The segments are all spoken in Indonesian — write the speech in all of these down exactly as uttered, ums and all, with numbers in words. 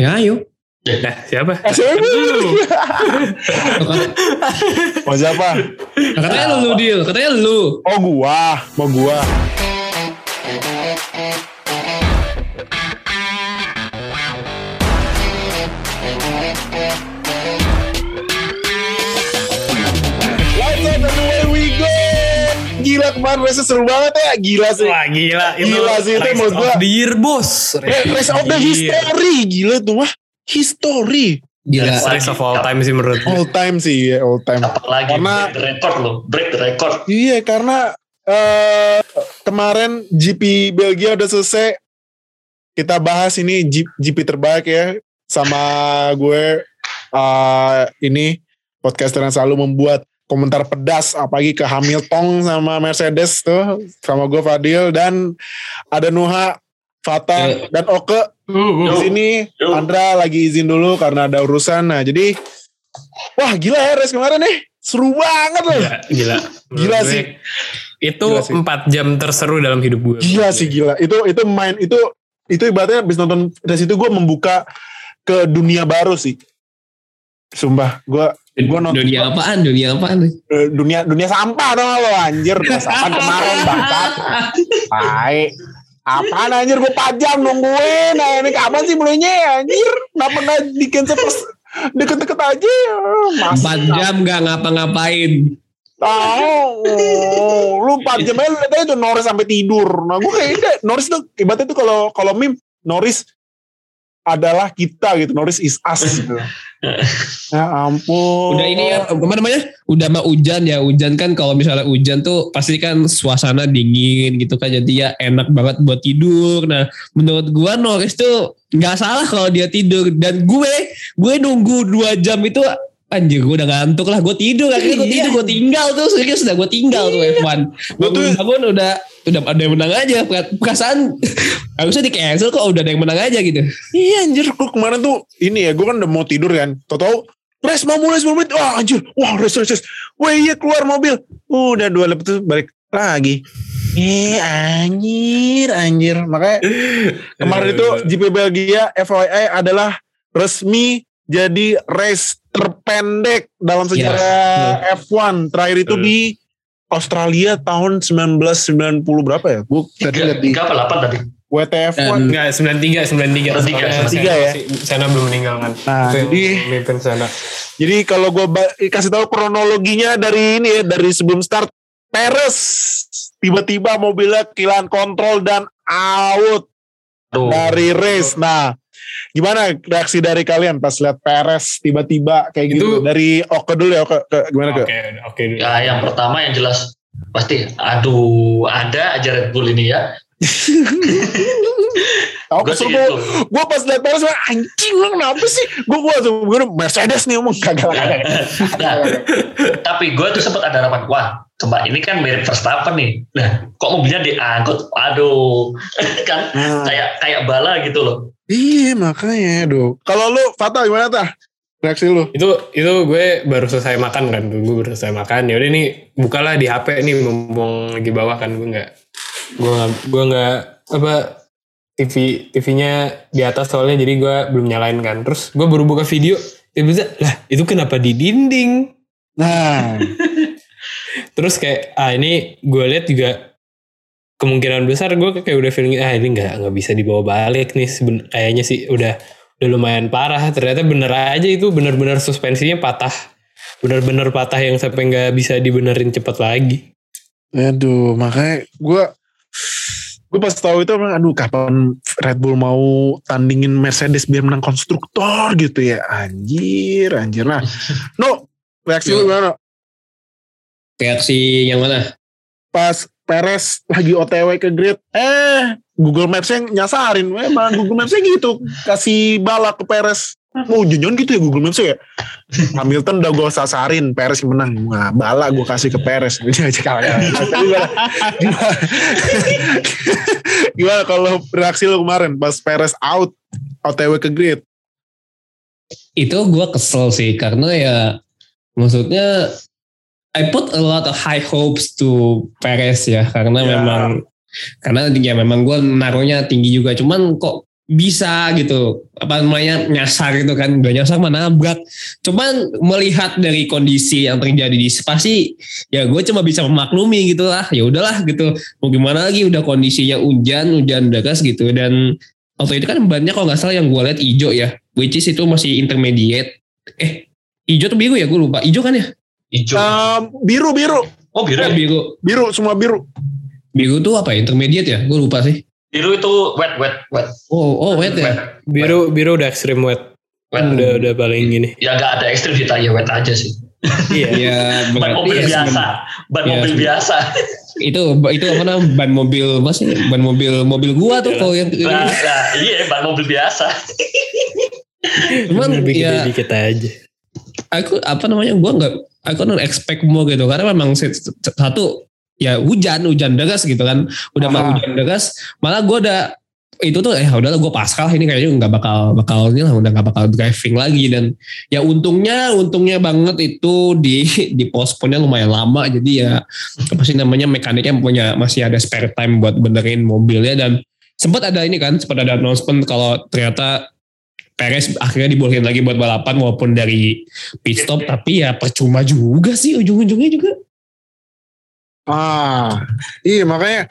Ya ayo. Nah, siapa? Eh, siapa? Mau siapa? Nah, katanya lu Dil, katanya lu. Oh gua, mau gua. Gila kemarin race seru banget ya. Gila sih. Wah gila. Gila itu sih itu menurut gue. The year bos. Race of the history. Gila tuh mah. History. Gila. Race of all time sih menurut All time sih ya. All time. Apalagi karena, break the record loh. Break the record. Iya karena uh, kemarin G P Belgia udah selesai. Kita bahas ini G, G P terbaik ya. Sama gue. Uh, ini podcaster yang selalu membuat komentar pedas apalagi ke Hamilton sama Mercedes tuh sama gue Fadil dan ada Nuha, Fata yeah. dan Oke uh, di sini. Andra lagi izin dulu karena ada urusan. Nah jadi wah gila ya race kemarin nih seru banget loh. Gila, gila, gila sih. Itu gila sih. empat jam terseru dalam hidup gue. Gila sih gila. Itu itu main itu itu ibaratnya abis nonton race itu gue membuka ke dunia baru sih. Sumpah gue Gua nonton, dunia apaan? Dunia apaan? Dunia dunia sampah dong lo anjir. Sampah kemarin bangsat. Baik. Apaan anjir gue empat jam nungguin. Nah ini kapan sih mulainya anjir? Kenapa gak di cancel pas deket-deket aja? empat jam gak ngapa-ngapain. Tahu. Lu empat jam aja lihat aja tuh Norris sampai tidur. Nah gue kayaknya Norris tuh ibaratnya tuh kalau kalau meme Norris adalah kita gitu. Norris is us gitu. Ya ampun. Udah ini ya, apa namanya? Udah mah hujan ya. Hujan kan kalau misalnya hujan tuh pasti kan suasana dingin gitu kan. Jadi ya enak banget buat tidur. Nah menurut gue Norris tuh gak salah kalau dia tidur. Dan gue, gue nunggu dua jam itu anjir gue udah ngantuk lah. Gue tidur akhirnya gue tidur. Gue tinggal tuh. Serius udah gue tinggal tuh F satu. Gue tuh bangun udah udah ada yang menang aja. Perasaan harusnya di cancel kok udah ada yang menang aja gitu. Iya anjir gue kemarin tuh ini ya gue kan udah mau tidur kan. Tau-tau race mau mulai sepuluh menit. Wah anjir. Wah race race race. Wah iya keluar mobil. Uh, udah dua lap itu balik lagi. Eh anjir anjir. Makanya kemarin itu G P Belgia F Y I adalah resmi jadi race terpendek dalam sejarah yeah. F satu. Terakhir itu uh. di Australia tahun sembilan belas sembilan puluh berapa ya? Gue tadi lihat di tiga apa delapan tadi? W T F satu. Enggak, sembilan puluh tiga sembilan puluh tiga sembilan puluh tiga ya. Sana belum meninggal kan. Nah, itu jadi mimpin sana. Jadi kalau gue ba- kasih tahu kronologinya dari ini ya, dari sebelum start Perez tiba-tiba mobilnya kehilangan kontrol dan out Tuh. dari race. Nah, gimana reaksi dari kalian pas lihat Perez tiba-tiba kayak gitu? Itu, dari Oke dulu ya, Oke, gimana Oke? Oke, Oke dulu. Ya, yang pertama yang jelas pasti, aduh, ada aja Red Bull ini ya. Tahu kesel gue, gue pas lihat Perez anjing lu kenapa sih? Gue gue tuh gue Mercedes nih ngomong kagak kagak. Tapi gue tuh sempat ada harapan, wah, coba ini kan mirip Verstappen nih. Nah, kok mobilnya diangkut? Aduh, kan hmm. kayak kayak bala gitu loh. Iya makanya aduh. Kalau lu Fata gimana tah? Reaksi lu? Itu itu gue baru selesai makan kan, gue baru selesai makan. Ya udah nih bukalah di H P nih mumpung lagi bawah kan, gue nggak gue nggak gue nggak apa T V T V-nya di atas soalnya jadi gue belum nyalain kan. Terus gue baru buka video, tiba-tiba lah itu kenapa di dinding? Nah, terus kayak ah ini gue lihat juga kemungkinan besar gue kayak udah feeling ah ini nggak nggak bisa dibawa balik nih seben, kayaknya sih udah udah lumayan parah. Ternyata bener aja itu bener-bener suspensinya patah, bener-bener patah yang sampai nggak bisa dibenerin cepat lagi. Aduh makanya gue gue pas tahu itu aduh kapan Red Bull mau tandingin Mercedes biar menang konstruktor gitu ya anjir anjir. Nah no reaksi lu gimana? Reaksi yang mana? Pas Perez lagi O T W ke grid, eh Google Maps-nya nyasarin, memang Google Maps-nya gitu, kasih bala ke Perez. Mau junjun gitu ya Google Maps-nya ya. Hamilton udah gue sasarin, Perez yang menang. Nah, bala gue kasih ke Perez. Gimana? Gimana kalau reaksi lu kemarin pas Perez out O T W ke grid? Itu gue kesel sih, karena ya maksudnya I put a lot of high hopes to Perez ya, karena yeah. memang karena ya memang gue naruhnya tinggi juga, cuman kok bisa gitu apa namanya nyasar gitu kan, gak nyasar menabrak. Cuman melihat dari kondisi yang terjadi di pasti ya gue cuma bisa memaklumi gitu lah, ya udahlah gitu, mau gimana lagi, udah kondisinya hujan hujan deras gitu. Dan waktu itu kan bannya kalau nggak salah yang gue lihat hijau ya, which is itu masih intermediate, eh hijau tuh biru ya, gue lupa, hijau kan ya, Hijau. Um, biru biru Oh biru. eh, ya? biru biru semua biru. biru tuh apa ya, intermediate ya, gue lupa sih. Biru itu wet wet wet. Oh oh wet ya. Wet. Biru biru udah ekstrim wet. Wet. Udah udah paling gini. Ya nggak ada ekstrim kita ya wet aja sih. Iya. Ya Ban berarti mobil ya biasa. seben- Ban Ya, mobil seben- biasa. itu itu apa namanya, ban mobil masih ban mobil mobil gua tuh kalau yang Nah, nah iya ban mobil biasa. cuman Lebih ya gede dikit aja. aku apa namanya, gua nggak, aku non expect more gitu karena memang satu ya hujan hujan deras gitu kan, udah Aha. mau hujan deras, malah gua udah itu tuh eh udahlah gue pasrah, ini kayaknya nggak bakal bakal ini lah, udah nggak bakal driving lagi. Dan ya untungnya untungnya banget itu di di postpone-nya lumayan lama, jadi ya apa sih namanya, mekaniknya punya masih ada spare time buat benerin mobilnya. Dan sempat ada ini kan, sempat ada announcement kalau ternyata Perez akhirnya dibolehin lagi buat balapan walaupun dari pit stop, tapi ya percuma juga sih ujung-ujungnya juga. Ah, iya makanya.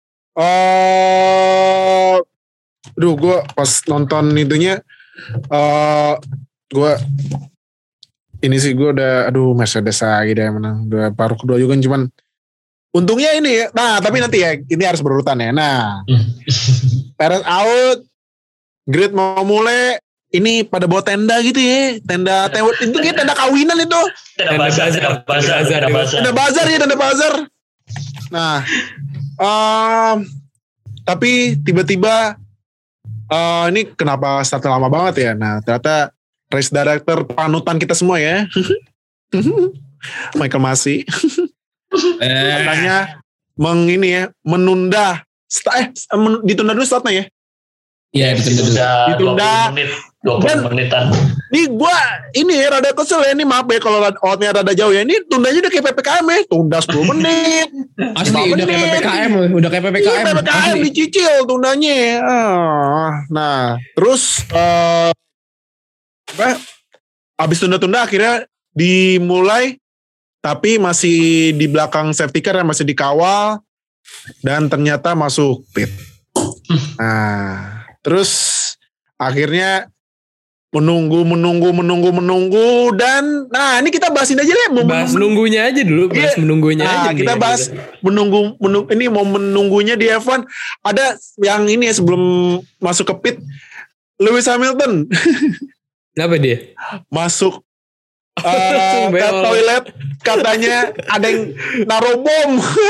Eh, aduh, gue pas nonton itunya, eh, gue ini sih gue udah, aduh Mercedes lagi deh menang, udah paruh kedua juga, cuman untungnya ini ya. Nah, tapi nanti ya, ini harus berurutan ya. Nah, Perez out, grid mau mulai. Ini pada bawa tenda gitu ya, tenda tenda itu kayak tenda kawinan itu. Tenda bazar, tenda bazar, tenda bazar. Tenda bazar ya, tenda bazar. Nah, um, tapi tiba-tiba uh, ini kenapa startnya lama banget ya? Nah, ternyata race director panutan kita semua ya, Michael Masi, Eh, katanya meng ini ya, menunda, start, eh, men- ditunda dulu startnya ya. ya ditunda dulu. Ditunda Ditunda. dua puluh menit, dua puluh Dan- menitan. Nih gue ini ya rada kesel ya, ini maaf ya kalau outnya rada jauh ya. Ini tundanya udah kayak P P K M ya, tunda sepuluh menit. Asli lima udah kayak menit. P P K M, udah kayak P P K M. Iya, P P K M asli. dicicil tundanya. Ah, nah, terus eh apa? Abis tunda-tunda akhirnya dimulai, tapi masih di belakang safety car yang masih dikawal, dan ternyata masuk pit. Nah, terus akhirnya menunggu, menunggu, menunggu, menunggu, dan nah ini kita bahasin aja deh. Mau Bahas menunggu- nunggunya aja dulu, bahas Iya. menunggunya aja. Nah, nih, kita yang bahas gitu. menunggu, menunggu ini mau menunggunya di F satu. Ada yang ini ya, sebelum masuk ke pit, Lewis Hamilton Kenapa dia? masuk eh, ke Beol. toilet, katanya ada yang naruh bom.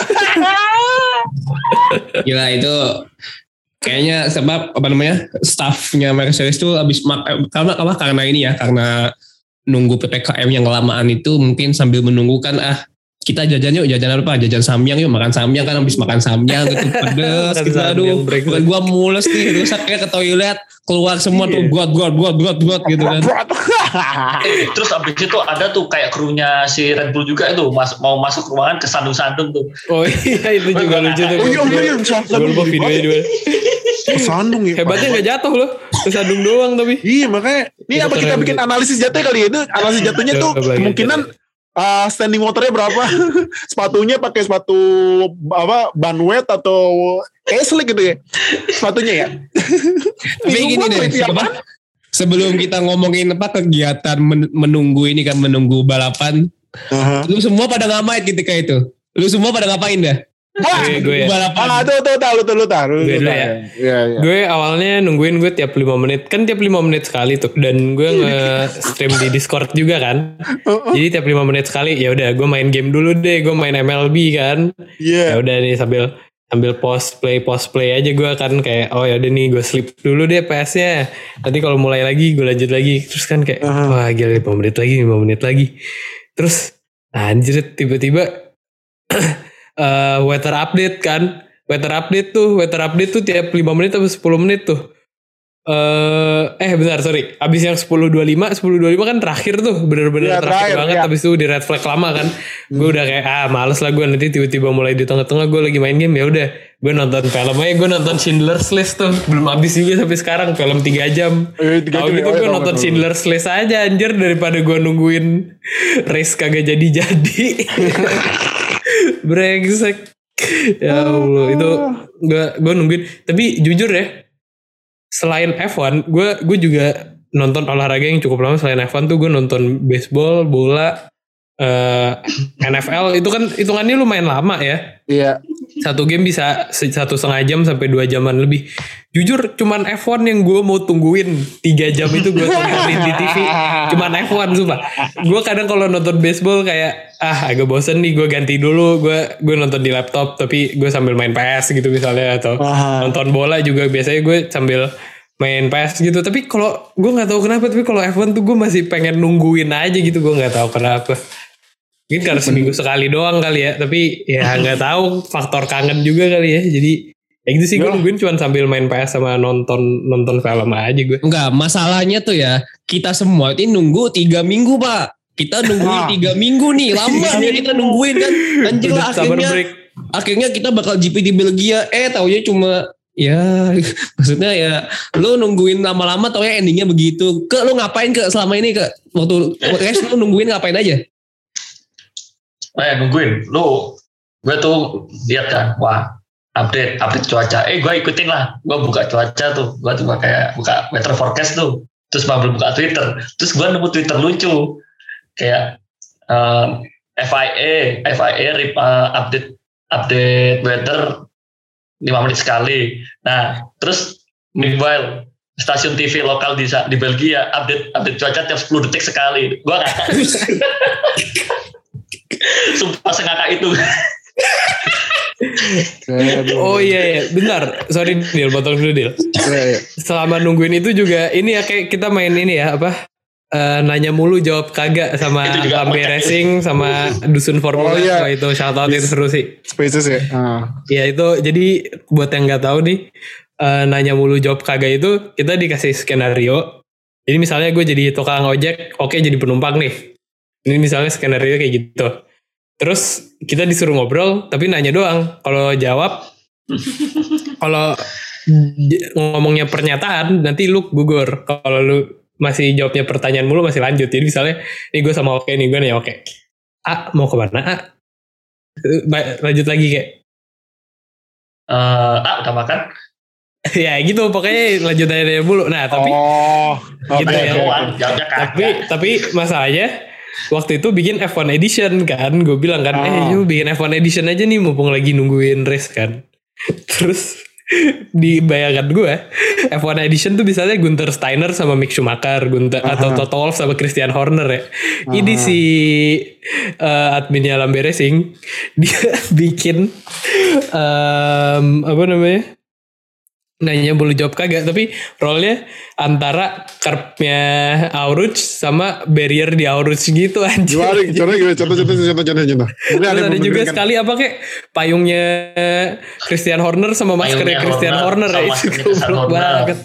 Gila itu kayaknya sebab apa namanya, staffnya Mercedes tuh habis mak- eh, karena apa karena ini ya, karena nunggu P P K M yang kelamaan itu, mungkin sambil menunggu kan, ah kita jajan yuk, jajan apa, jajan samyang yuk, makan samyang kan, habis makan samyang gitu pedes Makan gitu, samyang, aduh break. bukan gua mules nih, terus akhirnya ke toilet, keluar semua tuh Iya. got got got got got gitu kan. Eh, terus abis itu ada tuh kayak krunya si Red Bull juga itu mas, mau masuk ruangan ke sandung-sandung tuh. Oh iya, itu juga lucu tuh. Oh iya, iya, iya, Gue lupa videonya juga. Sandung ya. Hebatnya nggak jatuh loh, kesandung doang tapi. Iya makanya ini Itu apa kita keren bikin gitu. analisis jatuhnya kali ya, itu analisis jatuhnya tuh Coba kemungkinan uh, standing waternya berapa, sepatunya pakai sepatu apa ban wet atau kayak slick gitu ya sepatunya ya. Tapi Bingung gini gua deh, itu apa, apaan. sebelum kita ngomongin apa kegiatan men- menunggu ini kan, menunggu balapan, Aha. lu semua pada ngapain ketika itu? Lu semua pada ngapain dah? Wah, Gue- gue ya. Balapan. ah tuh tuh tahu tuh lu tahu. Gue dulu ya. Iya iya. Gue awalnya nungguin gue tiap lima menit. Kan tiap lima menit sekali tuh. Dan gue nge-stream di Discord juga kan. Jadi tiap lima menit sekali, ya udah gue main game dulu deh. Gue main M L B kan. Iya. Ya udah nih sambil sambil post play post play aja gue kan kayak, oh ya udah nih gue sleep dulu deh P S-nya. Nanti kalau mulai lagi gue lanjut lagi. Terus kan kayak, Uh-huh. wah gila lima menit lagi, lima menit lagi. Terus anjir tiba-tiba uh, weather update kan. Weather update tuh, weather update tuh tiap lima menit atau sepuluh menit tuh. Eh eh bentar sorry. Abis yang sepuluh dua puluh lima, sepuluh dua puluh lima kan terakhir tuh. Bener-bener Iya, terakhir, terakhir, banget. iya. Abis itu di red flag lama kan. Gue udah kayak ah males lah gue, nanti tiba-tiba mulai di tengah-tengah gue lagi main game, ya udah Gue nonton film aja, gue nonton Schindler's List tuh. Belum habis juga sampai sekarang, film tiga jam. Eh, tiga Tau jam gitu ya, gue tahu, nonton tahu. Schindler's List aja anjir, daripada gue nungguin race kagak jadi-jadi. Brengsek. Ya Allah, itu gue gue nungguin. Tapi jujur ya, selain F satu, gue gue juga nonton olahraga yang cukup lama. Selain F satu tuh gue nonton baseball, bola, uh, N F L. Itu kan hitungannya lumayan lama ya. Iya. Satu game bisa satu setengah jam sampai dua jaman lebih. Jujur cuman F satu yang gue mau tungguin tiga jam itu gue tontonin di T V. Cuman F satu sumpah. Gue kadang kalau nonton baseball kayak ah agak bosen nih, gue ganti dulu. Gue gue nonton di laptop tapi gue sambil main P S gitu misalnya, atau Aha. nonton bola juga biasanya gue sambil main P S gitu. Tapi kalau gue nggak tahu kenapa, tapi kalau F satu tuh gue masih pengen nungguin aja gitu. Gue nggak tahu kenapa. Mungkin karena seminggu sekali doang kali ya. Tapi ya nggak tahu, faktor kangen juga kali ya. Jadi ya gitu sih, gue nungguin cuma sambil main P S sama nonton nonton film aja gue. Enggak, masalahnya tuh ya, kita semua ini nunggu tiga minggu pak. Kita nungguin tiga minggu nih, lama nih kita nungguin kan. Anjir lah, akhirnya akhirnya kita bakal G P di Belgia. Eh taunya cuma ya maksudnya ya lu nungguin lama-lama taunya endingnya begitu. Ke lu ngapain ke selama ini ke waktu podcast lu nungguin ngapain aja? Eh nungguin lu, gue tuh lihat kan, wah update update cuaca, eh gue ikutin lah, gue buka cuaca tuh, gue tuh kayak buka weather forecast tuh, terus sambil buka Twitter, terus gue nemu Twitter lucu kayak um, F I A F I A uh, update update weather lima menit sekali. Nah terus meanwhile stasiun T V lokal di di Belgia update update cuaca tiap sepuluh detik sekali. Gue nggak sumpah sengakak itu. Oh iya iya, bentar. Sorry Dil, potong dulu Dil. Selama nungguin itu juga ini ya, kayak kita main ini ya, apa? Uh, nanya mulu jawab kagak sama Lambe Racing sama Dusun Formula. Oh, iya. Oh, itu shout out itu seru sih. Spaces ya. Uh. Ya itu, jadi buat yang nggak tahu nih, uh, nanya mulu jawab kagak itu kita dikasih skenario. Jadi misalnya gue jadi tukang ojek, oke jadi penumpang nih. Ini misalnya skenario kayak gitu. Terus kita disuruh ngobrol, tapi nanya doang. Kalau jawab, kalau ngomongnya pernyataan, nanti lu gugur. Kalau lu masih jawabnya pertanyaan mulu, masih lanjut. Jadi misalnya, nih gue sama oke, nih gue nih oke. A, mau kemana A? Lanjut lagi kayak. Uh, A, udah makan? Ya gitu, pokoknya lanjut aja mulu. Nah tapi, oh, gitu okay, ya. Okay. Tapi, tapi masalahnya, waktu itu bikin F satu edition kan, gue bilang kan, oh. eh yuk bikin F satu edition aja nih mumpung lagi nungguin race kan. Terus di bayangan gue F satu edition tuh misalnya Gunther Steiner sama Mick Schumacher, Gunther uh-huh. atau Toto Wolff sama Christian Horner ya. Uh-huh. Ini si uh, adminnya Lambe Racing dia bikin um, apa namanya? Nanya boleh jawab kagak, tapi role-nya antara curb-nya Auruch sama barrier di Auruch gitu anjir. Gimana? Contoh gimana? Contoh, contoh, contoh, contoh, contoh. Terus ada, ada juga sekali apa kayak payungnya Christian Horner sama maskernya Christian Horner, Horner ya, itu goblok banget.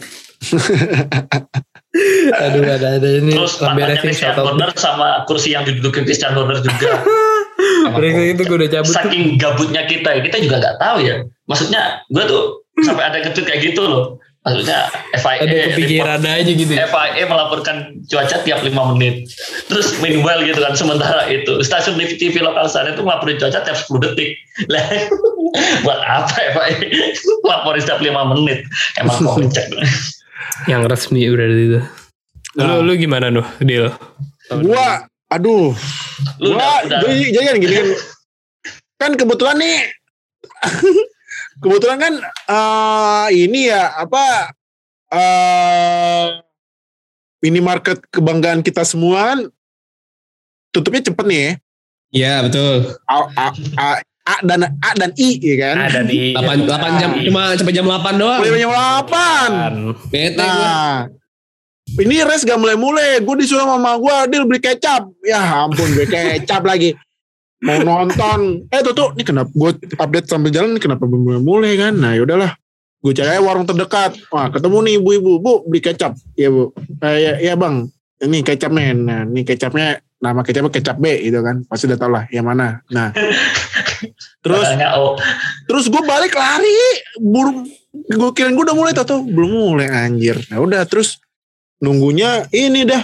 Aduh ada ada ini. Terus pantatnya Christian Horner sama kursi yang didudukin Christian Horner juga. Mereka itu gue udah cabut. Saking gabutnya kita, kita juga nggak tahu ya. Maksudnya gue tuh sampai ada ketut kayak gitu loh. Maksudnya F I A ada kepikiran aja gitu ya? F I A melaporkan cuaca tiap lima menit. Terus meanwhile gitu kan, sementara itu stasiun T V lokal sana itu melaporin cuaca tiap sepuluh detik. Lah buat apa F I A laporin setiap lima menit? Emang kok ngecek. Yang resmi udah itu. Nah. Lu lu gimana Nuh, Dil? Gua aduh. Lu gua udah, udah. jadi kan gini kan. Kan kebetulan nih kebetulan kan uh, ini ya apa uh, minimarket kebanggaan kita semua kan tutupnya cepet nih ya. Iya betul. A, A, A, A dan A dan I ya kan. A dan I. delapan jam cuma sampai jam delapan doang. Sampai jam delapan. Bete nah, gue. Ini race gak mulai-mulai. Gue disuruh mama gue, Dil beli kecap. Ya ampun beli kecap lagi. Mau nonton, eh tuh tuh, ini kenapa gue update sambil jalan, ini kenapa belum mulai kan? Nah yaudahlah, gue cari warung terdekat. Wah ketemu nih ibu-ibu, bu beli kecap, ya bu, eh, ya, ya bang, ini kecapnya, nah ini kecapnya, nama kecapnya kecap B gitu kan, pasti udah tau lah yang mana. Nah, Terus oh. terus gue balik lari, buru, gue kirain gue udah mulai, tau belum mulai anjir. Nah udah terus nunggunya ini dah.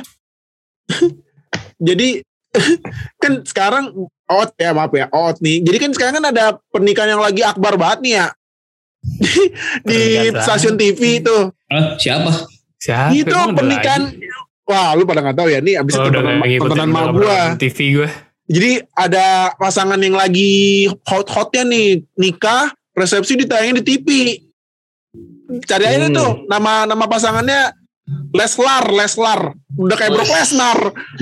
Jadi kan sekarang out ya maaf ya out nih. Jadi kan sekarang kan ada pernikahan yang lagi akbar banget nih ya. Di stasiun T V itu. Ah, siapa? Siapa? Itu pernikahan. Wah lu pada nggak tahu ya nih abis oh, tontonan, tontonan mal gue. T V gue. Jadi ada pasangan yang lagi hot-hotnya nih nikah resepsi ditayangin di T V. Cari aja hmm. tuh nama nama pasangannya Leslar, Leslar. Udah kayak Brock Lesnar.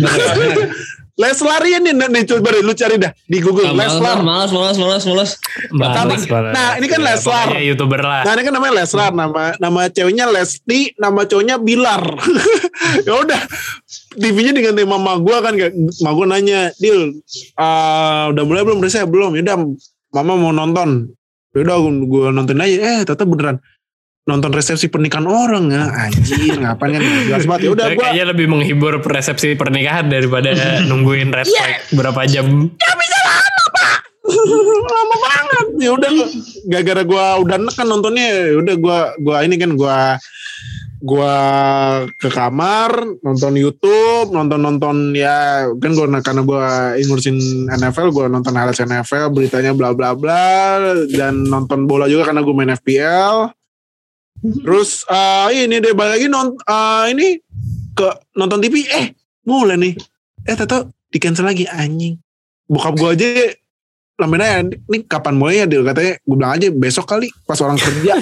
Leslar ini nih coba deh lu cari dah di Google. Oh, Leslar. Malas, malas, malas, malas. Nah, ini kan ya, Leslar. YouTuber lah. Nah, ini kan namanya Leslar, nama nama ceweknya Lesti, nama cowoknya Bilar. Ya udah. T V-nya diganti mama gua kan, mama gua nanya, "Dil, uh, udah mulai belum resep belum?" Ya udah, mama mau nonton. Ya udah gua nonton aja. Eh, ternyata beneran nonton resepsi pernikahan orang ya, anjir ngapain kan jelas banget. Ya udah gua kayaknya lebih menghibur resepsi pernikahan daripada nungguin red flag yeah. berapa jam. Ya bisa lama pak, lama banget. Ya udah gara-gara gua udah kan nontonnya, ya udah gua gua ini kan gua gua ke kamar nonton YouTube, nonton-nonton ya kan gua karena gua ngurusin N F L, gua nonton highlights N F L, beritanya bla bla bla, dan nonton bola juga karena gua main F P L. Terus uh, ini deh balik lagi nont uh, ini ke nonton T V eh mulai nih eh tato di cancel lagi anjing. Bokap gue aja lamben aja nih kapan mulai ya dia katanya, gue bilang aja besok kali pas orang kerja.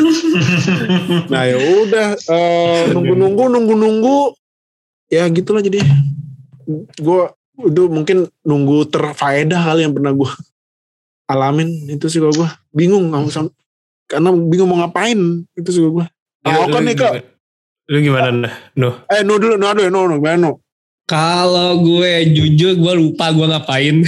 Nah ya udah uh, nunggu nunggu nunggu nunggu ya gitulah jadi gue udah mungkin nunggu terfaedah kali yang pernah gue alamin itu sih. Kalau gue bingung nggak karena bingung mau ngapain itu sih gue. Nah, kan nih kak. Lu gimana nah? No. Eh no dulu, no dulu, no no, gimana no? Kalau gue jujur gue lupa gue ngapain.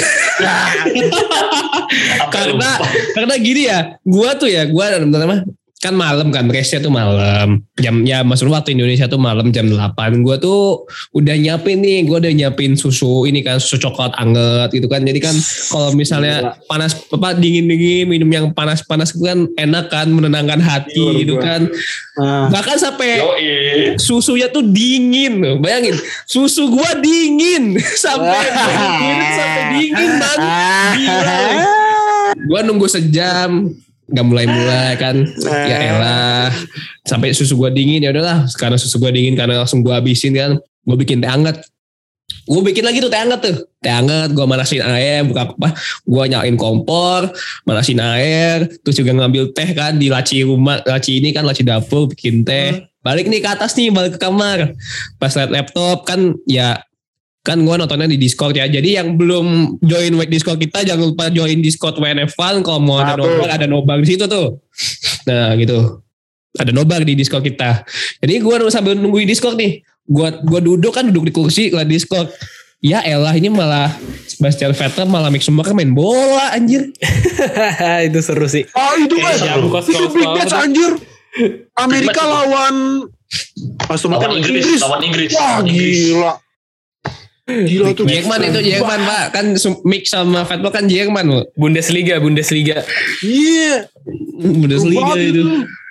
karena karena gini ya, gue tuh ya gue teman-teman kan malam kan, race-nya tuh malam jam ya maksudnya waktu Indonesia tuh malam jam delapan. Gue tuh udah nyiapin nih, gue udah nyiapin susu ini kan, susu coklat anget gitu kan. Jadi kan kalau misalnya panas apa dingin-dingin minum yang panas-panas kan enak kan, menenangkan hati Yur, gitu gua. Kan ah. Bahkan sampai Yoi. Susunya tuh dingin loh, bayangin susu gue dingin sampai sampai dingin banget. Gila. Gue nunggu sejam nggak mulai-mulai kan, ya elah sampai susu gue dingin. Ya udahlah karena susu gue dingin karena langsung gue habisin kan, gue bikin teh hangat. Gue bikin lagi tuh teh hangat tuh teh hangat, gue manasin air, buka apa, gue nyalain kompor, manasin air, terus juga ngambil teh kan di laci rumah, laci ini kan laci dapur, bikin teh. Balik nih ke atas nih, balik ke kamar, pas liat laptop kan ya kan gue nontonnya di Discord ya. Jadi yang belum join Discord kita jangan lupa join Discord W N F Fun. Kalau mau ada nobar, ada nobar di situ tuh. Nah gitu, ada nobar di Discord kita. Jadi gue sambil nungguin Discord nih, gue gue duduk kan duduk di kursi lah Discord. Ya elah ini malah Sebastian Vettel malah Mick Schumacher main bola anjir. Itu seru sih. Oh itu kan itu big match anjir. Amerika lawan lawan Inggris. Lawan Inggris. Wah gila. Gila tuh Jerman itu Jerman pak kan Mick sama Vettel kan Jerman loh. Bundesliga Bundesliga iya yeah. Bundesliga itu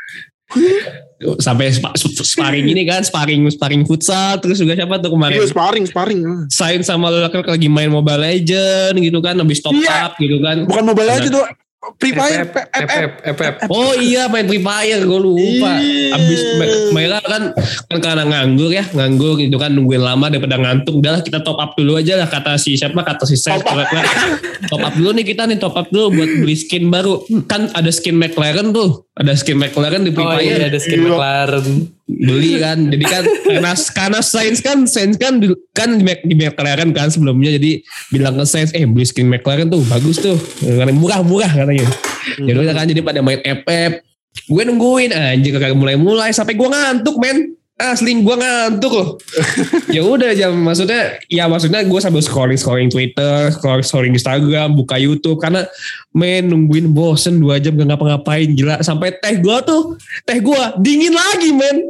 sampai sparring ini kan sparring sparring futsal. Terus juga siapa tuh kemarin iya sparring sparring Sain sama lelaki lagi main Mobile Legend gitu kan, habis top yeah. up gitu kan. Bukan Mobile Legend tuh Free Fire, F F. Oh iya main Free Fire, gue lupa. Abis mereka kan kan karena nganggur ya, nganggur gitu kan nungguin lama daripada ngantuk. Udahlah kita top up dulu aja lah kata si siapa kata si Seth. Top up dulu nih kita nih top up dulu buat beli skin baru. Kan ada skin McLaren tuh, ada skin McLaren di Free Fire. Oh iya ada skin McLaren. Beli kan, jadi kan karena karena Sainz kan Sainz kan kan di, di McLaren kan sebelumnya, jadi bilang ke Sainz eh beli skin McLaren tuh bagus tuh, karena murah-murah katanya. Hmm. Jadi udah kan jadi pada main F F, gue nungguin anjir kagak mulai-mulai sampai gue ngantuk men. Asli gue ngantuk loh. Ya udah jam maksudnya ya maksudnya gue sambil scrolling scrolling Twitter, scrolling scrolling Instagram, buka YouTube karena men nungguin bosen dua jam gak ngapa-ngapain gila. Sampai teh gue tuh teh gue dingin lagi men.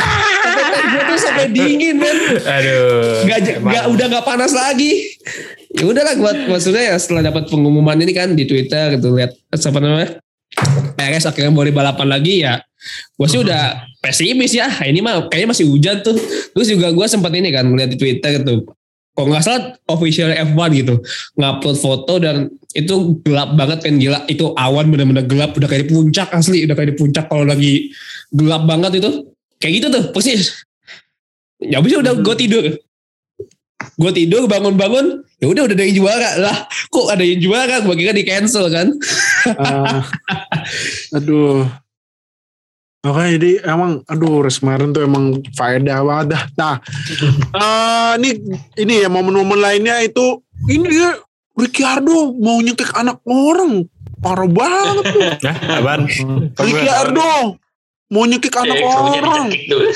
Sampai teh gue tuh sampai dingin men. Aduh. Gak, gak udah gak panas lagi. Ya udahlah buat maksudnya ya setelah dapat pengumuman ini kan di Twitter gitu lihat apa namanya P R S akhirnya boleh balapan lagi ya. Gue sih udah pesimis ya. Ini mah kayaknya masih hujan tuh. Terus juga gue sempat ini kan ngeliat di Twitter gitu. Kalau nggak salah official F satu gitu ngupload foto dan itu gelap banget kan gila. Itu awan benar-benar gelap udah kayak di puncak asli. Udah kayak di puncak kalau lagi gelap banget itu. Kayak gitu tuh persis. Ya abisnya udah gue tidur. Gue tidur bangun-bangun ya udah udah ada yang juara lah. Kok ada yang juara? Gue kira di cancel kan. uh, aduh. Makanya jadi emang aduh race kemarin tuh emang faedah banget dah. Nah uh, ini ini ya momen-momen lainnya itu ini dia Ricciardo mau nyekek anak orang parah banget tuh. Nah, apaan? Ricciardo mau nyekek anak Eh, orang.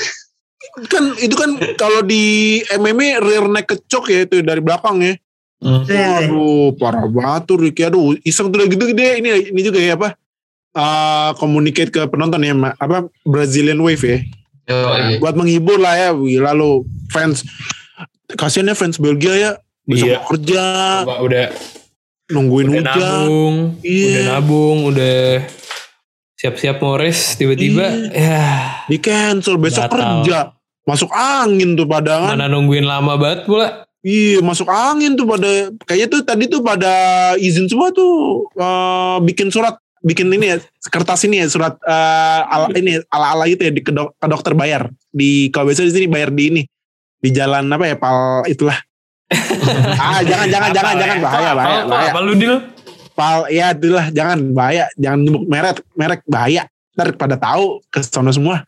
Kan itu kan kalau di M M A rear neck kecok ya itu dari belakang ya. Hmm. Waduh parah banget tuh Ricciardo iseng tuh gitu dia ini ini juga ya apa uh, communicate ke penonton ya apa Brazilian Wave ya. Yo, iya. Buat menghibur lah ya lalu fans kasiannya fans Belgia ya besok Iya. kerja Coba udah nungguin udah hujan nabung, Iya. udah nabung, udah siap-siap mau race tiba-tiba ya di cancel besok Batal. kerja masuk angin tuh padangan. mana nungguin lama banget pula. Iya masuk angin tuh pada kayaknya tuh tadi tuh pada izin semua tuh uh, bikin surat bikin ini ya kertas ini ya surat uh, ala, ini ala-ala itu ya di ke, dok, ke dokter bayar di kalau biasa di sini bayar di ini di jalan apa ya pal itulah ah jangan jangan Apa jangan ya? jangan bahaya Apa, bahaya apa, bahaya apa lu Dil? pal ya itulah jangan bahaya jangan nyebut merek merek bahaya ntar pada tahu ke sana semua.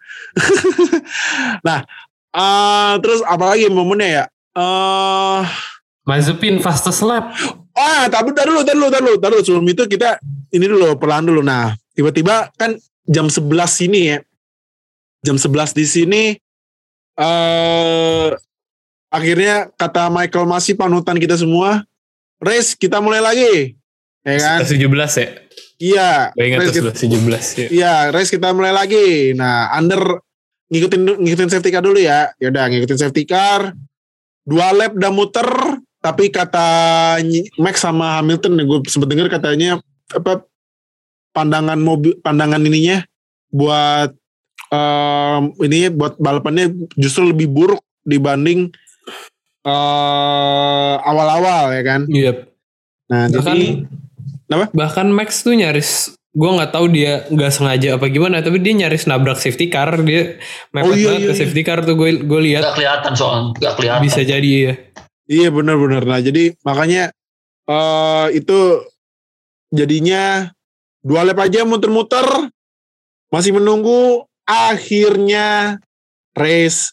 Nah uh, terus apalagi momennya ya uh, Mazepin fastest lap. Ah, tapi tar dulu, tar dulu, tar dulu, tar dulu. Sebelum itu kita ini dulu, perlahan dulu. Nah, tiba-tiba kan jam sebelas sini ya. Jam sebelas di sini eh akhirnya kata Michael Masi panutan kita semua, race kita mulai lagi. Ya kan? tujuh belas ya? Iya. Gue ingat race tuh kita, tujuh belas ya. iya, race kita mulai lagi. Nah, Under ngikutin ngikutin safety car dulu ya. Ya udah ngikutin safety car. Dua lap udah muter. Tapi kata Max sama Hamilton, gue sempat dengar katanya apa pandangan mobil, pandangan ininya buat um, ini buat balapannya justru lebih buruk dibanding uh, awal-awal ya kan. Iya. Nah Bahkan, jadi, apa? bahkan Max tuh nyaris, gue nggak tahu dia nggak sengaja apa gimana, tapi dia nyaris nabrak safety car, dia mepet Oh, iya, banget iya, ke iya. safety car tuh gue gue lihat. Gak kelihatan soalnya, gak kelihatan. Bisa jadi ya. Iya benar-benar. Nah jadi makanya uh, itu jadinya dua lap aja muter-muter masih menunggu akhirnya race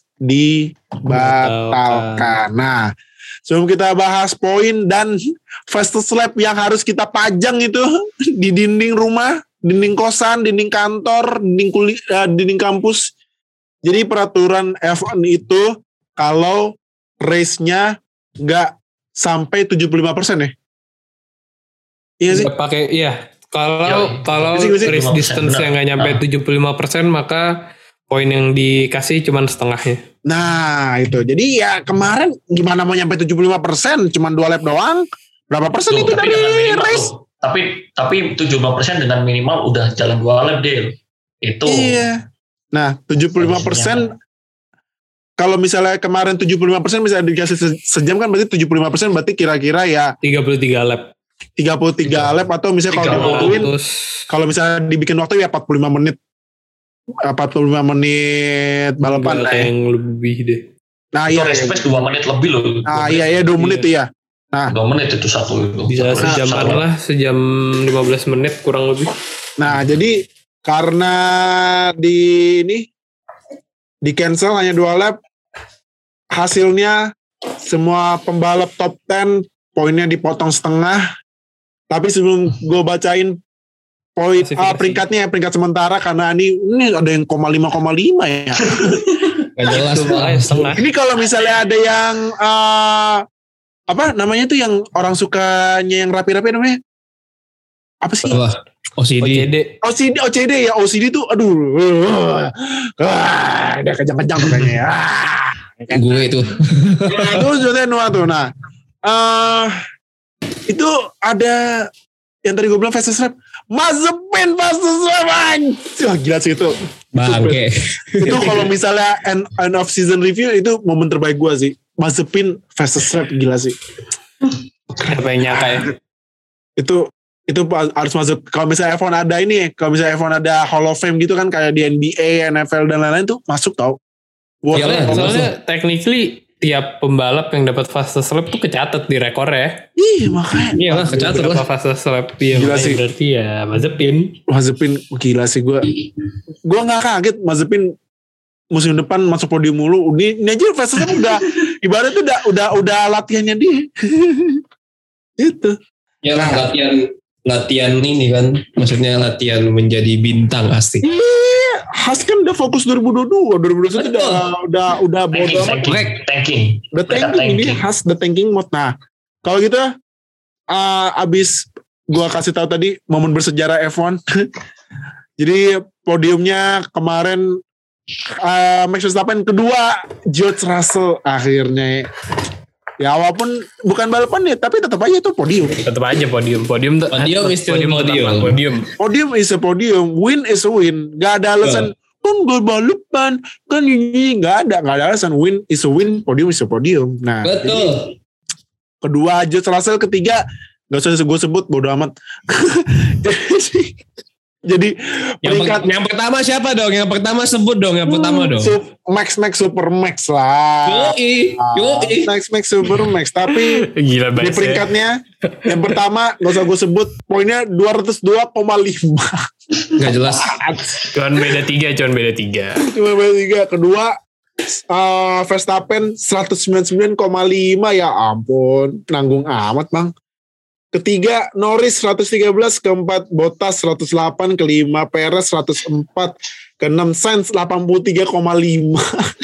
dibatalkan. Nah sebelum kita bahas poin dan fastest lap yang harus kita pajang itu di dinding rumah, dinding kosan, dinding kantor, dinding kuliah, uh, dinding kampus. Jadi peraturan F satu itu kalau race-nya nggak sampai tujuh puluh lima persen ya? Iya sih. Nggak pakai, iya. Kalau Yoi. kalau Bisik, bisik. race distance yang nggak nyampe Nah. tujuh puluh lima persen maka poin yang dikasih cuma setengahnya. Nah itu. Jadi ya kemarin gimana mau nyampe tujuh puluh lima persen? Cuman dua lap doang. Berapa persen Tuh, itu tapi dari dengan minimal race? tuh. Tapi tapi tujuh puluh lima persen dengan minimal udah jalan dua lap Del. Itu Iya. Nah tujuh puluh lima persen kalau misalnya kemarin tujuh puluh lima persen misalnya dikasih se- sejam kan berarti tujuh puluh lima persen berarti kira-kira ya tiga puluh tiga lap. tiga puluh tiga lap atau misalnya kalau tiga puluh. diwaktuin Terus kalau misalnya dibikin waktu ya empat puluh lima menit empat puluh lima menit balapan lah kayak ya. yang lebih deh. Nah itu iya, race iya. pace dua menit lebih loh. Nah iya iya dua menit ya. dua menit itu satu itu. Bisa Satu- sejaman satu- lah, sejam lima belas menit kurang lebih. Nah jadi karena di ini di cancel hanya dua lap, hasilnya semua pembalap top sepuluh poinnya dipotong setengah. Tapi sebelum gue bacain poin Klasifikasi. ah, peringkatnya peringkat sementara karena ini ini ada yang koma lima koma lima ya. Gak jelas. Itu makanya setengah. Ini kalau misalnya ada yang uh, apa namanya tuh yang orang sukanya yang rapi-rapi namanya apa sih? Apa? O C D. O C D. O C D, O C D ya, O C D tuh aduh. Wah, udah kejang-kejang tuh kayaknya ya. Ah, kan? Gue itu. Nah, terus juga Noah tuh. Nah, eh itu ada yang tadi gue bilang fastest lap, Mazepin fastest lap. Wah gila sih itu. Bangke. Itu kalau misalnya end, end of season review itu momen terbaik gue sih. Mazepin fastest lap gila sih. Apa yang nyangka ya? Itu itu harus masuk. Kalau misalnya F satu ada ini, kalau misalnya F satu ada Hall of Fame gitu kan kayak di N B A, N F L dan lain-lain tuh masuk tau. Soalnya, soalnya technically tiap pembalap yang dapat fastest lap tuh kecatat di rekor ya. Iya makanya. Iya lah kecatat lah. Fastest lap ya, gila sih. Berarti ya Mazepin. Mazepin gila sih gue. Gue nggak kaget Mazepin musim depan masuk podium mulu. Ini, ini aja fastest lap udah ibarat tuh udah udah udah latihannya dia. Itu. Ya lah latihan latihan ini kan, maksudnya latihan menjadi bintang pasti. Iya, Haas kan udah fokus dua ribu dua puluh dua, dua ribu dua puluh satu udah udah udah bodo amat. Tanking, tanking. The tanking ini Haas the tanking mode. Nah, kalau gitu uh, abis gua kasih tahu tadi momen bersejarah F satu. Jadi podiumnya kemarin uh, Max Verstappen, kedua George Russell akhirnya. Ya walaupun bukan balapan ya, tapi tetap aja itu podium. Tetap aja podium. Podium podium is still podium. Podium. Podium is a podium. Win is a win. Gak ada alasan. Kan gak balapan. Kan ini gak ada. Gak ada alasan. Win is a win. Podium is a podium. Nah. Betul. Jadi, kedua George Russell, ketiga gak usah gue sebut bodo amat. Jadi yang, peringkat, per, yang pertama siapa dong? Yang pertama sebut dong. Yang pertama dong. Sup, Max Max Super Max lah. Yoi, yoi. Max Max Super Max. Tapi gila di peringkatnya yang pertama gak usah gue sebut, poinnya dua ratus dua koma lima. Gak jelas. Cuman beda tiga, cuman beda tiga. Cuma beda tiga. Kedua uh, Verstappen seratus sembilan puluh sembilan koma lima. Ya ampun, nanggung amat bang. Ketiga Norris seratus tiga belas, keempat Bottas seratus delapan, kelima Perez seratus empat, keenam Sainz delapan puluh tiga koma lima.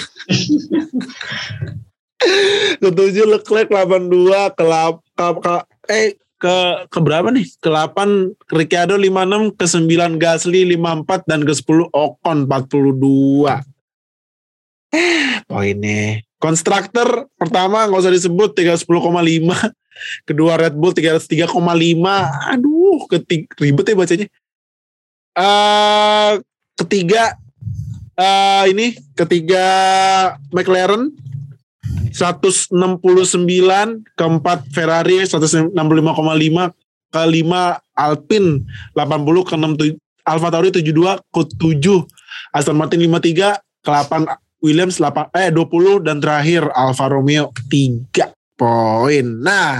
Ketujuh Leclerc delapan puluh dua, ke, ke, ke eh ke ke berapa nih? Ke delapan Ricciardo lima puluh enam, ke sembilan Gasly lima puluh empat, dan ke sepuluh Ocon empat puluh dua. Eh, poinnya. Konstruktor pertama nggak usah disebut tiga ratus sepuluh koma lima. Kedua Red Bull tiga ratus tiga koma lima. Aduh, ketik, ribet ya bacanya. Uh, ketiga uh, ini ketiga McLaren seratus enam puluh sembilan, keempat Ferrari seratus enam puluh lima koma lima, kelima Alpine delapan puluh, keenam Alfa Tauri tujuh puluh dua, ke tujuh Aston Martin lima puluh tiga, ke delapan Williams delapan, eh dua puluh, dan terakhir Alfa Romeo tiga poin. Nah,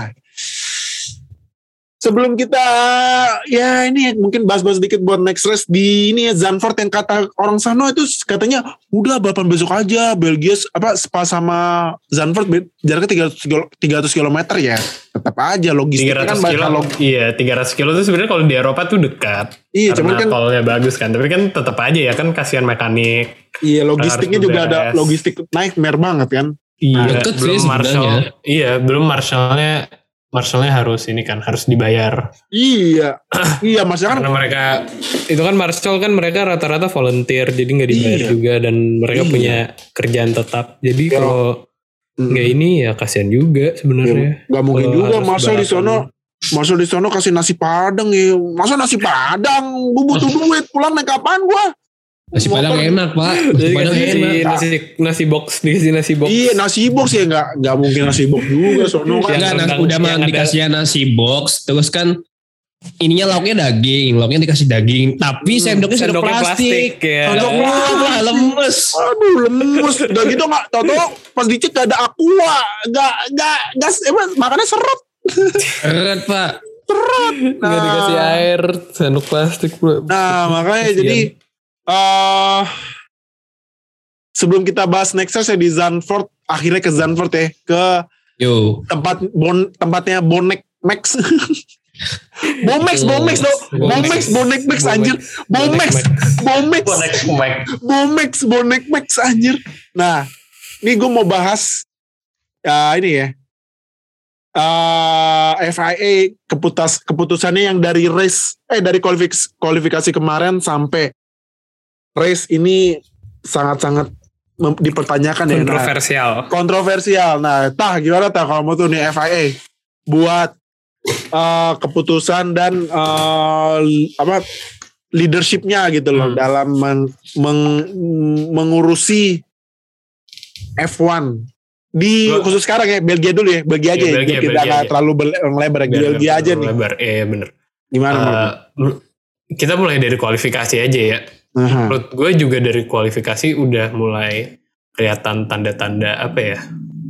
sebelum kita ya ini mungkin bahas-bahas sedikit buat next race di ini ya, Zandvoort yang kata orang sana itu katanya udah balapan besok aja, Belgia apa Spa sama Zandvoort jaraknya tiga ratus kilometer ya. Tetap aja logistiknya kan kilo, log- iya tiga ratus kilo itu sebenarnya kalau di Eropa tuh dekat. Iya, cuman kan tolnya bagus kan, tapi kan tetap aja ya kan kasihan mekanik. Iya, logistiknya juga ada logistik nightmare banget kan. Iya, nah, belum Marshall. Iya, belum Marshallnya Marshallnya harus ini kan harus dibayar. Iya, iya maksudnya kan karena mereka itu kan Marshall kan mereka rata-rata volunteer jadi nggak dibayar iya. juga dan mereka iya. punya kerjaan tetap. Jadi ya. kalau nggak hmm. ini ya kasihan juga sebenarnya. Nggak ya, mungkin juga Marshall di sono. Marshall di sono kasih nasi padang ya. Masa nasi padang? Gue butuh duit pulang naik kapan gue? Nasi padang enak pak. Nasi padang enak. Nasi, nasi box dikasih nasi box. Iya nasi box ya nggak nggak mungkin nasi box juga sono kan. Enggak nasi, udah mah dikasih nasi box terus kan ininya lauknya daging, lauknya dikasih daging tapi hmm, sendoknya sendok plastik. plastik ya. Sendok plastik lemes. Aduh lemes. Udah gitu nggak tahu pas dicek gak ada aqua, nggak nggak gas emang makannya seret. Seret pak. Seret. Nggak nah, dikasih air sendok plastik. Nah makanya kasian. Jadi Uh, sebelum kita bahas next ya di Zandvoort, akhirnya ke Zandvoort ya, ke Yo. tempat bon, tempatnya Bonek Max. Bomex, Bomex dong, Bomex, Bonek Max anjir, Bomex, Bomex, Bomex, Bonek Max anjir. Nah, ini gue mau bahas ya ini ya, uh, F I A keputus keputusannya yang dari race, eh dari kualifikasi, kualifikasi kemarin sampai race ini sangat-sangat mem- dipertanyakan kontroversial. ya. Nah, kontroversial. Nah, tah gimana tah kalau mau tuh nih F I A buat uh, keputusan dan uh, apa leadershipnya gitu loh Hmm. dalam men- meng- mengurusi F satu di Gua- khusus sekarang ya Belgia dulu ya Belgia aja Ya, ya, Belgia, biar kita Belgia nggak aja. terlalu bel- lebar ya Biar Belgia nggak aja terlalu nih lebar. Eh bener. gimana Uh, menurut? menur- kita mulai dari kualifikasi aja ya. Aha. Menurut gue juga dari kualifikasi udah mulai kelihatan tanda-tanda apa ya,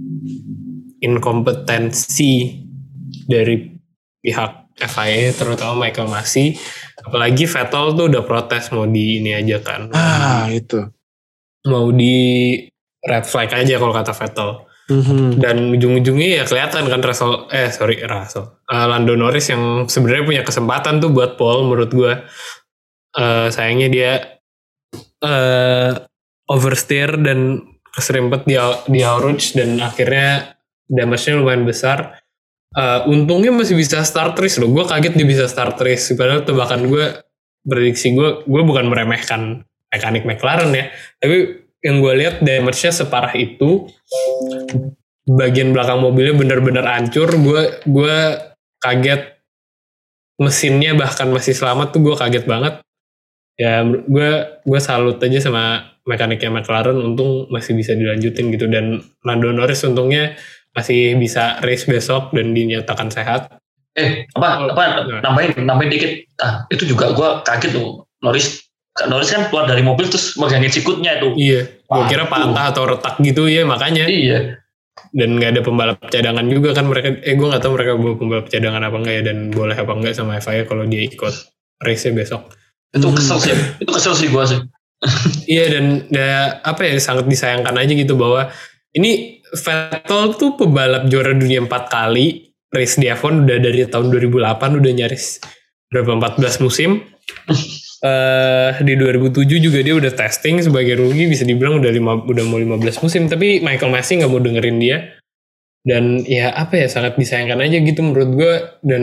inkompetensi dari pihak F I A terutama Michael Masi. Apalagi Vettel tuh udah protes mau di ini aja kan, Ah itu. mau di red flag aja kalau kata Vettel. Mhm. Dan ujung-ujungnya ya kelihatan kan Russell, eh sorry Russell, uh, Lando Norris yang sebenarnya punya kesempatan tuh buat pole menurut gue. Uh, sayangnya dia uh, oversteer dan keserimpet di di Rouge dan akhirnya damage-nya lumayan besar. Uh, untungnya masih bisa start race loh. Gue kaget dia bisa start race. Padahal tebakan gue, prediksi gue, gue bukan meremehkan mekanik McLaren ya, tapi yang gue lihat damage-nya separah itu, bagian belakang mobilnya benar-benar hancur. Gue gue kaget, mesinnya bahkan masih selamat tuh gue kaget banget. Ya gue gue salut aja sama mekaniknya McLaren, untung masih bisa dilanjutin gitu. Dan Lando Norris untungnya masih bisa race besok dan dinyatakan sehat. Eh apa Oh, apa nah. nambahin nambahin dikit. Ah itu juga gue kaget tuh Norris. Norris kan keluar dari mobil terus megangin sikutnya itu. Iya, gue Wah, kira itu. patah atau retak gitu ya makanya. Iya. Dan nggak ada pembalap cadangan juga kan mereka. Eh gue nggak tahu mereka bawa pembalap cadangan apa enggak ya, dan boleh apa enggak sama F I A kalau dia ikut race besok. Itu Hmm. kesel sih. Itu kesel sih gue sih. Iya, dan ya apa ya, sangat disayangkan aja gitu bahwa ini Vettel tuh pebalap juara dunia empat kali, race di F satu udah dari tahun dua ribu delapan, udah nyaris berapa empat belas musim. Uh, di dua ribu tujuh juga dia udah testing sebagai rookie, bisa dibilang udah lima, udah mau lima belas musim, tapi Michael Masi nggak mau dengerin dia. Dan ya apa ya, sangat disayangkan aja gitu menurut gue. Dan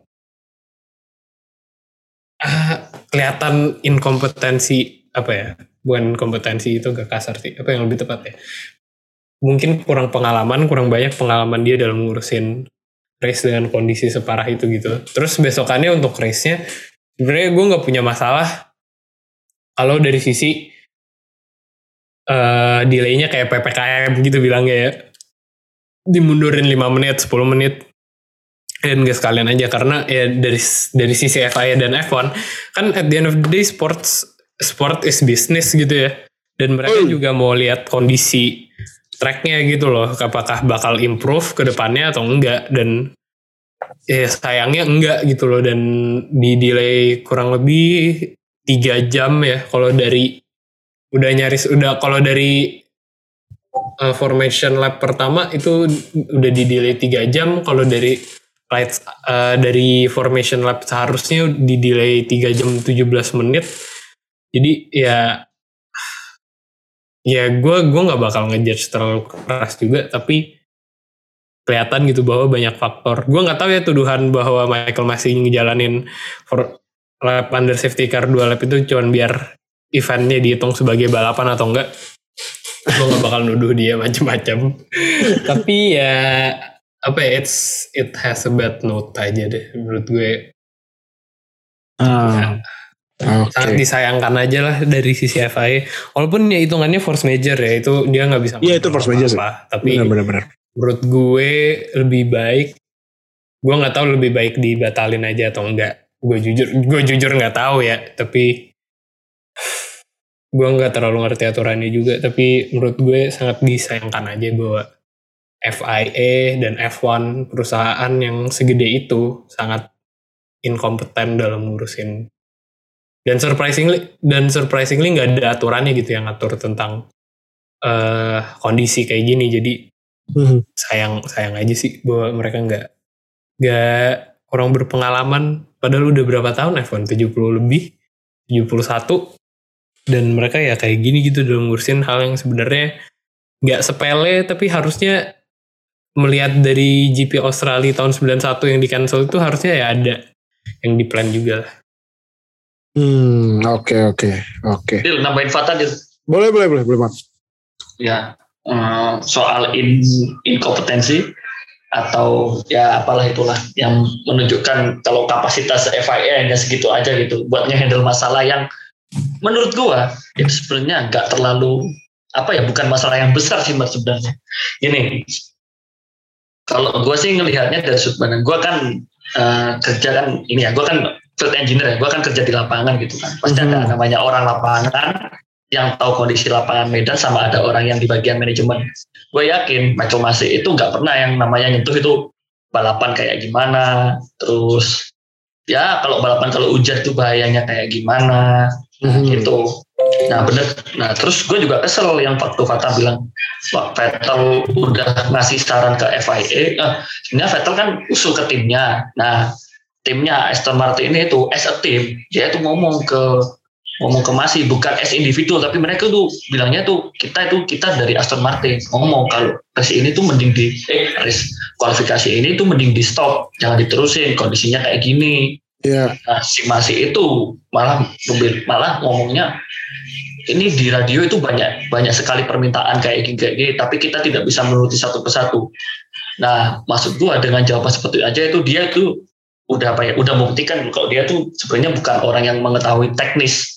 ah, kelihatan inkompetensi, apa ya, bukan kompetensi itu gak kasar sih, apa yang lebih tepat ya, mungkin kurang pengalaman, kurang banyak pengalaman dia dalam ngurusin race dengan kondisi separah itu gitu. Terus besokannya untuk race-nya sebenarnya gue nggak punya masalah kalau dari sisi uh, delay-nya kayak P P K M gitu bilangnya ya, dimundurin lima menit, sepuluh menit, dan gak sekalian aja. Karena ya dari dari sisi F I A dan F satu kan at the end of the day sports sport is business gitu ya, dan mereka Hmm. juga mau lihat kondisi tracknya gitu loh, apakah bakal improve ke depannya atau enggak. Dan ya sayangnya enggak gitu loh, dan di delay kurang lebih tiga jam ya kalau dari udah nyaris udah kalau dari uh, formation lap pertama itu udah di delay tiga jam. Kalau dari right, uh, dari formation lap seharusnya di delay tiga jam tujuh belas menit. Jadi ya ya gue gue nggak bakal ngejudge terlalu keras juga, tapi kelihatan gitu bahwa banyak faktor. Gue nggak tahu ya tuduhan bahwa Michael masih ngejalanin for lap under safety car dua lap itu cuman biar eventnya dihitung sebagai balapan atau enggak. Gue nggak bakal nuduh dia macam-macam. Tapi ya apa ya, it's it has a bad note aja deh menurut gue. Ah, Ya, oke. sangat disayangkan aja lah dari sisi F I A. Walaupun ya hitungannya force major ya, itu dia nggak bisa. Iya, itu force major sih. apa-apa. Tapi Benar-benar. menurut gue lebih baik, gue nggak tahu lebih baik dibatalin aja atau enggak. Gue jujur, gue jujur nggak tahu ya. Tapi gue nggak terlalu ngerti aturannya juga. Tapi menurut gue sangat disayangkan aja bahwa F I A dan F satu perusahaan yang segede itu sangat inkompeten dalam ngurusin. Dan surprisingly dan surprisingly nggak ada aturannya gitu yang ngatur tentang uh, kondisi kayak gini. Jadi Mhm. sayang sayang aja sih bahwa mereka nggak nggak kurang berpengalaman. Padahal udah berapa tahun F satu, tujuh puluh lebih, tujuh puluh satu, dan mereka ya kayak gini gitu dalam ngurusin hal yang sebenarnya nggak sepele, tapi harusnya melihat dari G P Australia tahun sembilan puluh satu yang di cancel itu harusnya ya ada yang di plan juga lah. Hmm, oke oke oke. Dil, nambahin Fata Dil. Boleh boleh boleh boleh Mat. Ya, eh, soal in, inkompetensi. atau ya apalah itulah yang menunjukkan kalau kapasitas F I A hanya segitu aja gitu buat ngehandle masalah yang menurut gua itu sebenarnya nggak terlalu apa ya, bukan masalah yang besar sih mas sebenarnya. Gini, kalau gua sih ngelihatnya dari sudut pandang gua kan uh, kerja kan ini ya, gua kan field engineer ya, gua kan kerja di lapangan gitu kan, pasti mm-hmm. ada namanya orang lapangan yang tahu kondisi lapangan Medan sama ada orang yang di bagian manajemen. Gue yakin Michael Masi itu nggak pernah yang namanya nyentuh itu balapan kayak gimana, terus ya kalau balapan kalau hujan itu bahayanya kayak gimana, mm-hmm. gitu. Nah bener, nah terus gue juga kesel yang waktu Fatah bilang Pak Vettel udah ngasih saran ke F I A, eh, sebenarnya Vettel kan usul ke timnya. Nah timnya Aston Martin ini itu as a team, dia itu ngomong ke ngomong ke Masi bukan as individual, tapi mereka tuh bilangnya tuh kita itu kita dari Aston Martin ngomong kalau race ini tuh mending di eh race kualifikasi ini tuh mending di stop, jangan diterusin kondisinya kayak gini. Yeah. Nah si Masi itu malah malah ngomongnya ini di radio itu banyak banyak sekali permintaan kayak gini kayak gini, tapi kita tidak bisa menuruti satu persatu. Nah maksud gua dengan jawaban seperti itu aja itu dia tuh udah apa ya, udah membuktikan kalau dia tuh sebenarnya bukan orang yang mengetahui teknis.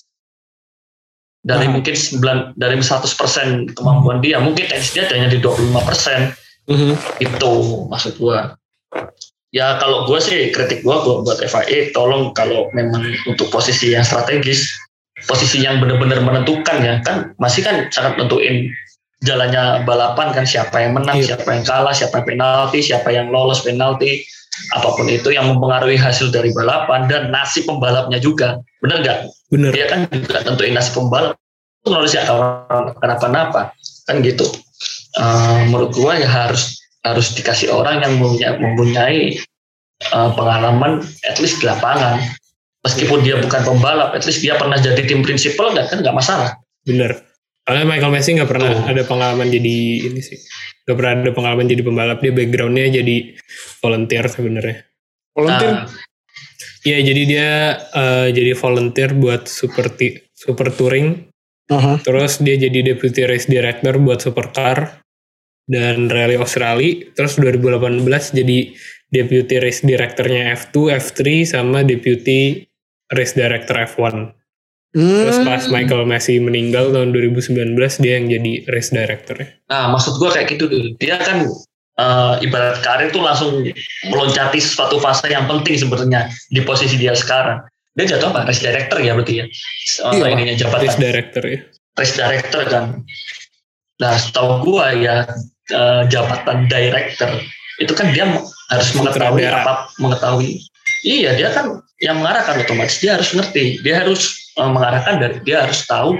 Dari uh-huh. mungkin sembilan dari seratus persen kemampuan dia, mungkin teknis dia hanya di dua puluh lima persen. Uh-huh. Itu maksud gua. Ya kalau gua sih kritik gua, gua buat F I A tolong kalau memang untuk posisi yang strategis, posisi yang benar-benar menentukan ya, kan masih kan sangat nentuin jalannya balapan kan, siapa yang menang, yeah. siapa yang kalah, siapa yang penalti, siapa yang lolos penalti, apapun itu yang mempengaruhi hasil dari balapan dan nasib pembalapnya juga. Benar nggak? Benar. Dia kan juga tentuin nasib pembalap. Itu harus ya kenapa-napa kan gitu. Uh, menurut gua ya harus harus dikasih orang yang mempunyai, mempunyai uh, pengalaman at least di lapangan. Meskipun dia bukan pembalap, at least dia pernah jadi tim prinsipal nggak, kan nggak masalah. Benar. Karena Michael Masi nggak pernah oh. ada pengalaman jadi ini sih. Nggak pernah ada pengalaman jadi pembalap. Dia backgroundnya jadi volunteer sebenarnya. Volunteer? Iya, uh, jadi dia uh, jadi volunteer buat super t- super touring. Uh-huh. Terus dia jadi deputy race director buat supercar dan rally Australia. Terus dua ribu delapan belas jadi deputy race directornya F two, F three sama deputy race director F one. Hmm. Terus pas Michael Masi meninggal tahun dua ribu sembilan belas dia yang jadi race director. Nah maksud gue kayak gitu dulu. Dia kan uh, ibarat karir tuh langsung meloncati suatu fase yang penting sebenarnya di posisi dia sekarang. Dia jatuh apa? Race director ya berarti ya? Uh, iya, ininya jabatan. Race director ya. Race director kan. Nah setahu gue ya uh, jabatan director itu kan dia harus mengetahui apa mengetahui. Iya dia kan yang mengarahkan, otomatis dia harus ngerti. Dia harus uh, mengarahkan dari dia harus tahu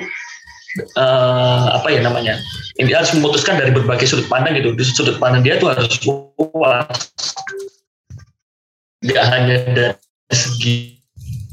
uh, apa ya namanya. Dia harus memutuskan dari berbagai sudut pandang gitu. Di sudut pandang dia tuh harus luas. Gak hanya dari segi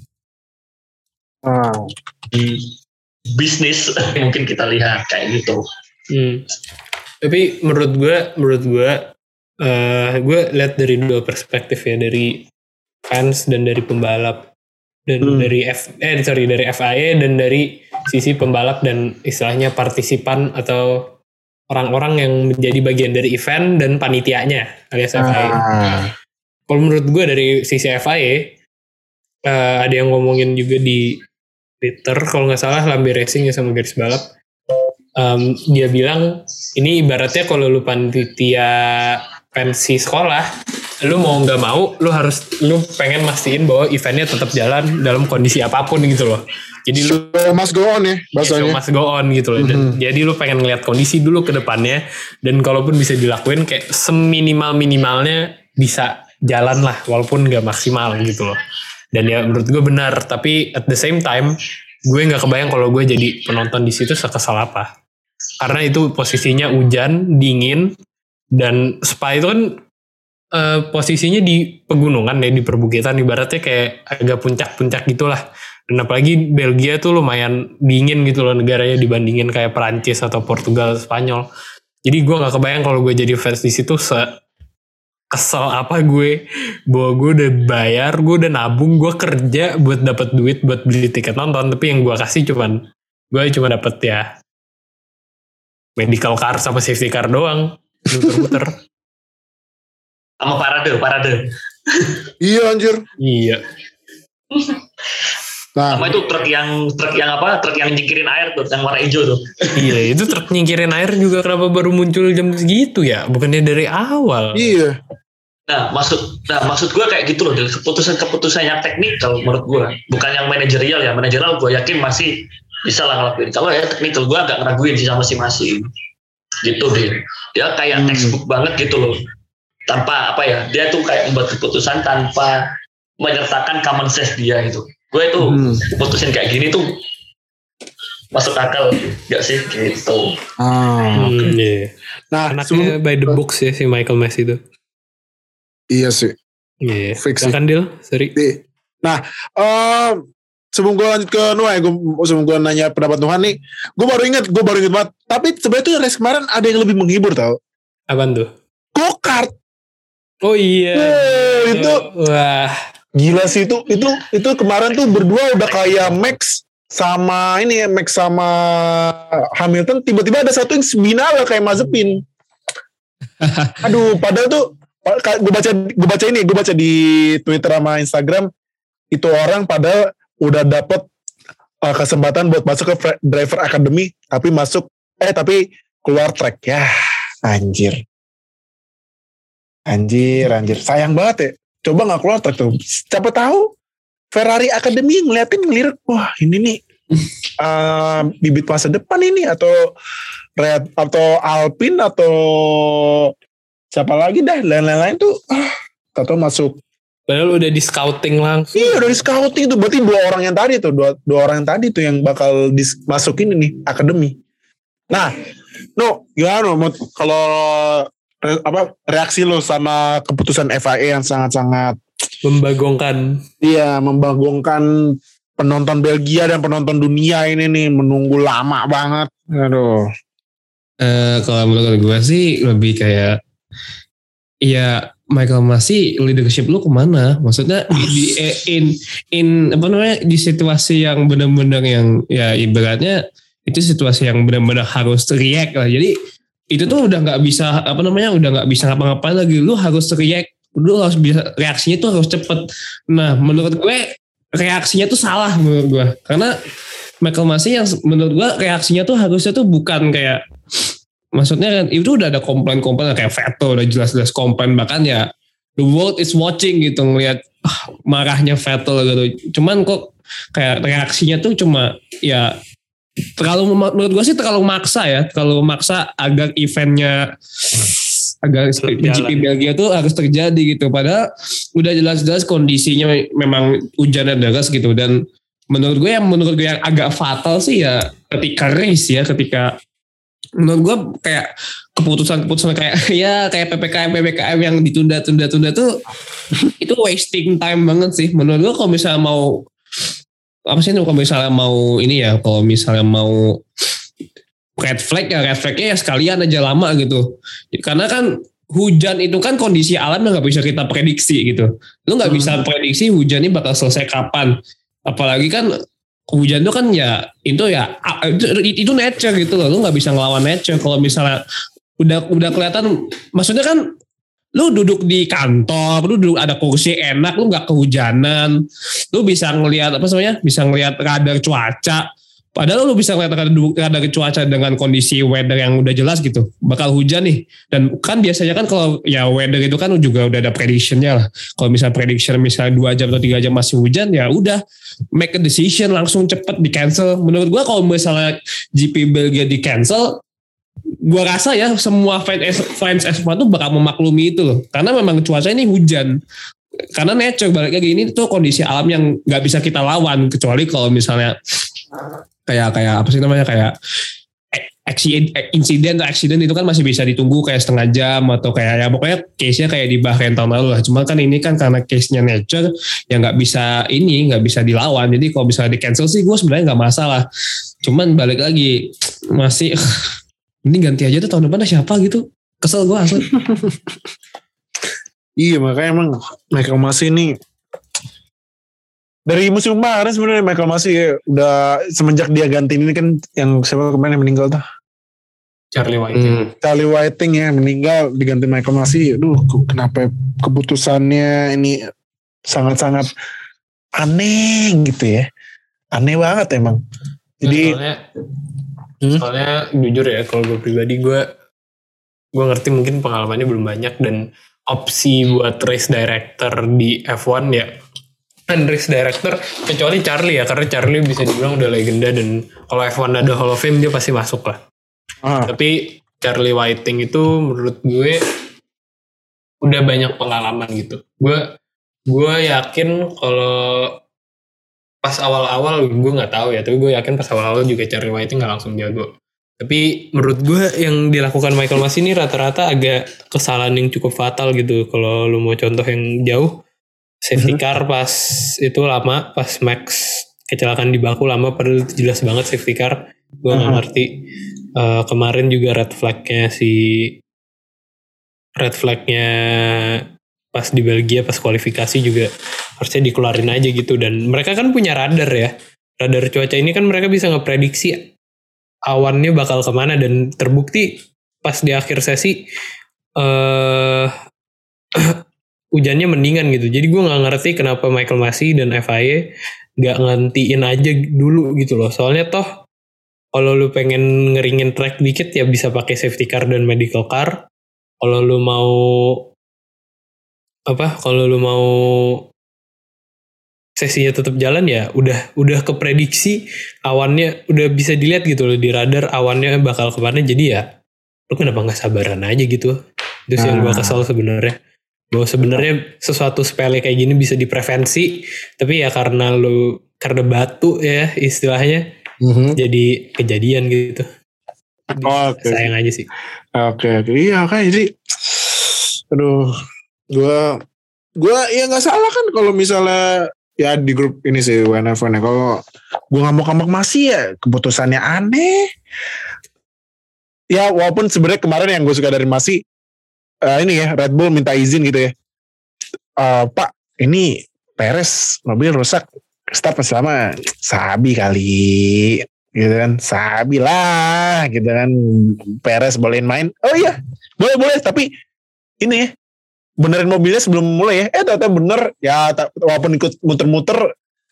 wow. di bisnis mungkin kita lihat kayak gitu. Hmm. Tapi menurut gue, menurut gue, uh, gue lihat dari dua perspektif ya, dari fans dan dari pembalap dan hmm. dari F eh sorry dari F I A dan dari sisi pembalap dan istilahnya partisipan atau orang-orang yang menjadi bagian dari event dan panitianya alias F I A. Ah. Kalau menurut gue dari sisi F I A uh, ada yang ngomongin juga di Twitter kalau nggak salah Lambe Racing ya sama Garis Balap. Um, dia bilang ini ibaratnya kalau lu panitia pensi sekolah, lu mau nggak mau, lu harus lu pengen mastiin bahwa eventnya tetap jalan dalam kondisi apapun gitu loh. Jadi lu so, must go on ya bahasanya. So must go on gitu loh. Dan mm-hmm. jadi lu pengen ngeliat kondisi dulu ke depannya, dan kalaupun bisa dilakuin kayak seminimal minimalnya bisa jalan lah, walaupun nggak maksimal gitu loh. Dan ya menurut gue benar, tapi at the same time gue nggak kebayang kalau gue jadi penonton di situ sekesal apa. Karena itu posisinya hujan, dingin, dan Spa itu kan uh, posisinya di pegunungan ya, di perbukitan, ibaratnya kayak agak puncak-puncak gitulah. Dan apalagi Belgia tuh lumayan dingin gitu loh negaranya dibandingin kayak Perancis atau Portugal, Spanyol. Jadi gue nggak kebayang kalau gue jadi fans di situ se kesel apa gue, bahwa gue udah bayar, gue udah nabung, gue kerja buat dapat duit buat beli tiket nonton, tapi yang gue kasih cuman gue cuma dapet ya medical car sama safety car doang, muter-muter. sama parade, parade. Iya anjir. Iya. Nah, Sama itu truk yang truk yang apa? Truk yang nyingkirin air tuh, yang warna hijau tuh. Iya, itu truk nyingkirin air juga kenapa baru muncul jam segitu ya? Bukannya dari awal. iya. Nah, maksud nah maksud gue kayak gitu loh, dari keputusan-keputusan yang teknikal menurut gue, bukan yang manajerial ya. Manajerial gue yakin masih bisa lah ngelakuin. Kalau ya teknikal gue agak ngeraguin sih sama si masih. Gitu deh. Dia kayak Hmm. textbook banget gitu loh. Tanpa apa ya? Dia tuh kayak membuat keputusan tanpa menyertakan common sense dia gitu. Gue itu Hmm. putusin kayak gini tuh masuk akal gak sih gitu. Ah, Hmm, iya. nah, Anaknya sebelum, by the books ya si Michael Messi itu. iya sih. Iya. Fix sih. Silakan Dil, sorry. Nah, eh sebelum gue lanjut ke Noah, gue sebelum gue nanya pendapat Tuhan nih, gue baru ingat, gue baru ingat banget. Tapi sebenarnya tuh race kemarin ada yang lebih menghibur tau. Apaan tuh? Go-kart. Oh iya. Oh, itu Wah. gila sih itu itu itu kemarin tuh berdua udah kayak Max sama ini ya Max sama Hamilton, tiba-tiba ada satu yang Binala kayak Mazepin. Aduh, padahal tuh gue baca gue baca ini gue baca di Twitter sama Instagram itu orang padahal udah dapet uh, kesempatan buat masuk ke driver academy tapi masuk eh tapi keluar track ya anjir anjir anjir sayang banget ya. Coba gak keluar track tuh. Siapa tahu Ferrari Academy ngeliatin ngelirik, wah ini nih uh, bibit masa depan ini atau Red atau Alpine atau siapa lagi dah lain-lain tuh ah, tato masuk. Padahal udah di scouting langsung. Iya udah di scouting tuh berarti dua orang yang tadi tuh dua, dua orang yang tadi tuh yang bakal dimasukin ini Academy. Nah, no gimana no kalau Re, apa reaksi lo sama keputusan F I A yang sangat-sangat membagongkan. Iya, membagongkan penonton Belgia dan penonton dunia ini nih menunggu lama banget. Aduh. Uh, kalau menurut gue sih lebih kayak ya Michael Masi leadership lu kemana? Maksudnya di in in apa namanya di situasi yang benar-benar yang ya ibaratnya itu situasi yang benar-benar harus react lah. Jadi itu tuh udah nggak bisa apa namanya udah nggak bisa ngapa-ngapain lagi. Lu harus react, lu harus bisa reaksinya tuh harus cepet. Nah menurut gue reaksinya tuh salah menurut gue karena Michael Masi yang menurut gue reaksinya tuh harusnya tuh bukan kayak maksudnya kan itu udah ada komplain-komplain kayak Vettel udah jelas-jelas komplain bahkan ya the world is watching gitu ngelihat ah, marahnya Vettel gitu. Cuman kok kayak reaksinya tuh cuma ya terlalu menurut gue sih terlalu maksa ya terlalu maksa agar eventnya agar G P Belgia tuh harus terjadi gitu padahal udah jelas-jelas kondisinya memang hujannya deras gitu dan menurut gue yang menurut gue yang agak fatal sih ya ketika race ya ketika menurut gue kayak keputusan-keputusan kayak ya kayak P P K M P P K M yang ditunda-tunda-tunda tuh itu wasting time banget sih menurut gue kalau misalnya mau apa sih kalau misalnya mau ini ya kalau misalnya mau red flag ya red flagnya ya sekalian aja lama gitu karena kan hujan itu kan kondisi alam yang nggak bisa kita prediksi gitu lu nggak hmm. bisa prediksi hujan ini bakal selesai kapan apalagi kan hujan itu kan ya itu ya itu, itu nature gitu loh lu nggak bisa ngelawan nature kalau misalnya udah udah kelihatan maksudnya kan lu duduk di kantor, lu duduk ada kursi enak, lu nggak kehujanan, lu bisa ngelihat apa namanya, bisa ngelihat radar cuaca. Padahal lu bisa ngelihat radar cuaca dengan kondisi weather yang udah jelas gitu, bakal hujan nih. Dan kan biasanya kan kalau ya weather itu kan juga udah ada predictionnya lah. Kalau misalnya prediction misalnya dua jam atau tiga jam masih hujan, ya udah make a decision langsung cepet di cancel. Menurut gua kalau misalnya G P Belgia di cancel, gue rasa ya semua fans fans F satu tuh bakal memaklumi itu loh karena memang cuaca ini hujan karena nature balik lagi ini tuh kondisi alam yang nggak bisa kita lawan kecuali kalau misalnya kayak kayak apa sih namanya kayak insiden atau accident itu kan masih bisa ditunggu kayak setengah jam atau kayak ya pokoknya case-nya kayak di Bahrain tahun lalu lah cuma kan ini kan karena case-nya nature yang nggak bisa ini nggak bisa dilawan jadi kalau bisa di cancel sih gue sebenarnya nggak masalah cuman balik lagi masih ini ganti aja tuh tahun depan siapa gitu. Kesel gue asli. Iya makanya emang Michael Masi ini dari musim kemarin sebenarnya Michael Masi ya, udah semenjak dia ganti ini kan yang siapa kemarin yang meninggal tuh Charlie Whiting. Hmm. Charlie Whiting ya meninggal diganti Michael Massey. Aduh, kenapa keputusannya ini sangat-sangat aneh gitu ya. Aneh banget emang. Jadi soalnya, hmm? soalnya jujur ya kalau gue pribadi gue gue ngerti mungkin pengalamannya belum banyak dan opsi buat race director di F satu ya kan race director kecuali Charlie ya karena Charlie bisa dibilang udah legenda dan kalau F satu ada Hall of Fame dia pasti masuk lah. Ah. Tapi Charlie Whiting itu menurut gue udah banyak pengalaman gitu. Gue gue yakin kalau pas awal-awal gue nggak tahu ya, tapi gue yakin pas awal-awal juga Charlie Whiting nggak langsung jago. Tapi menurut gue yang dilakukan Michael Massey ini rata-rata agak kesalahan yang cukup fatal gitu. Kalau lu mau contoh yang jauh, safety car pas itu lama, pas Max kecelakaan di Baku lama, padahal itu jelas banget safety car. Gue nggak uh-huh. ngerti. Uh, kemarin juga red flagnya si red flagnya pas di Belgia pas kualifikasi juga harusnya dikeluarin aja gitu. Dan mereka kan punya radar ya, radar cuaca ini kan mereka bisa ngeprediksi awannya bakal kemana dan terbukti pas di akhir sesi uh, hujannya mendingan gitu. Jadi gue nggak ngerti kenapa Michael Massey dan F I A nggak ngantiin aja dulu gitu loh. Soalnya toh kalau lu pengen ngeringin track dikit ya bisa pakai safety car dan medical car. Kalau lu mau apa? Kalau lu mau sesinya tetap jalan ya udah udah keprediksi awannya udah bisa dilihat gitu loh di radar awannya bakal kemana. Jadi ya lu kenapa nggak sabaran aja gitu. Itu sih yang gue kesal sebenarnya. Bahwa sebenarnya sesuatu sepele kayak gini bisa diprevensi, tapi ya karena lu karena batu ya istilahnya mm-hmm. jadi kejadian gitu. Oh, okay. Sayang aja sih. Oke, okay, oke. Okay. Iya kan jadi aduh, gua gua ya nggak salah kan kalau misalnya ya di grup ini sih W N F ya. Kalau gue ngamuk-ngamuk masih ya keputusannya aneh. Ya walaupun sebenarnya kemarin yang gue suka dari Masih uh, ini ya Red Bull minta izin gitu ya. Uh, Pak ini Perez mobil rusak start masih lama. Sabi kali gitu kan. Sabi lah gitu kan. Perez bolehin main. Oh iya boleh boleh tapi ini ya benerin mobilnya sebelum mulai ya. Eh ternyata bener. Ya walaupun ikut muter-muter.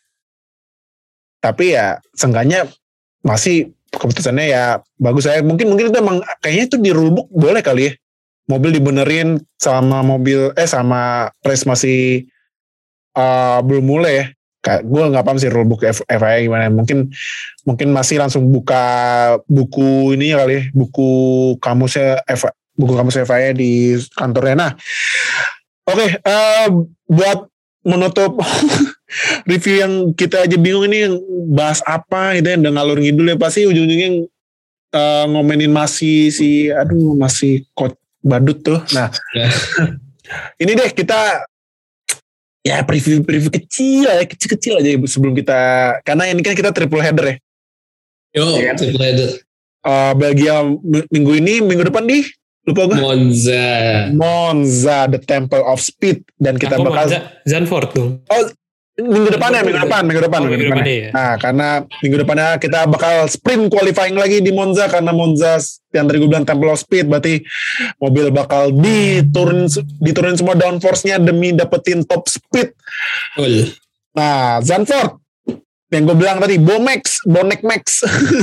Tapi ya seenggaknya masih keputusannya ya bagus saya. Mungkin mungkin itu emang kayaknya itu di rulebook boleh kali ya. Mobil dibenerin sama mobil. Eh sama race masih uh, belum mulai ya. Gue gak paham sih rulebook F I A gimana. Mungkin mungkin masih langsung buka buku ini kali ya. Buku kamusnya F I A. Buku kamus F I A di kantornya. Nah, oke, okay, uh, buat menutup review yang kita aja bingung ini bahas apa gitu ya, udah ngalur ngidul ya pasti ujung-ujungnya uh, ngomenin masih si, aduh masih coach badut tuh. Nah, ini deh kita ya preview-preview kecil ya, kecil-kecil aja sebelum kita, karena ini kan kita triple header ya. Yo, ya kan? Triple header. Uh, Belgia minggu ini, minggu depan di lupa gue Monza Monza the Temple of Speed dan kita Aku bakal Zandvoort dong. Oh minggu depan ya minggu depan minggu depan oh, minggu depan ya. ya. Nah karena minggu depannya kita bakal sprint qualifying lagi di Monza karena Monza yang tadi gue bilang Temple of Speed berarti mobil bakal diturunin diturunin semua downforce-nya demi dapetin top speed. Oh. Nah Zandvoort yang gue bilang tadi Bomex Bonek Max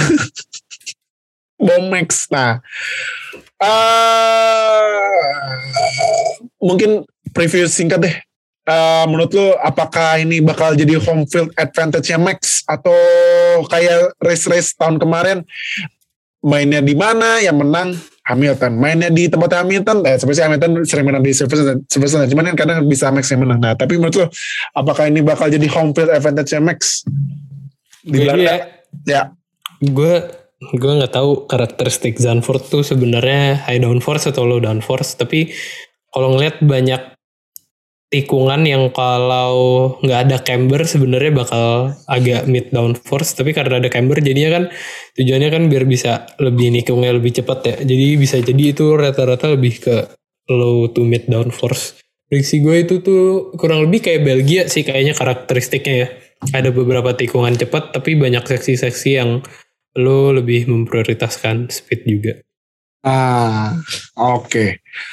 Bomex. Nah Uh, mungkin preview singkat deh. Uh, menurut lu apakah ini bakal jadi home field advantage-nya Max atau kayak race-race tahun kemarin mainnya di mana yang menang Hamilton, mainnya di tempat Hamilton, eh seperti Hamilton sering menang di Silverstone, cuman kan kadang bisa Max yang menang. Nah, tapi menurut lu apakah ini bakal jadi home field advantage-nya Max di Belanda? Ya, ya. Gue gue nggak tahu karakteristik Zandvoort tuh sebenarnya high downforce atau low downforce, tapi kalau ngeliat banyak tikungan yang kalau nggak ada camber sebenarnya bakal agak mid downforce, tapi karena ada camber jadinya kan tujuannya kan biar bisa lebih nikungnya lebih cepat ya, jadi bisa jadi itu rata-rata lebih ke low to mid downforce. Prediksi gue itu tuh kurang lebih kayak Belgia sih kayaknya karakteristiknya ya, ada beberapa tikungan cepat tapi banyak seksi-seksi yang lo lebih memprioritaskan speed juga. Ah, oke. Okay.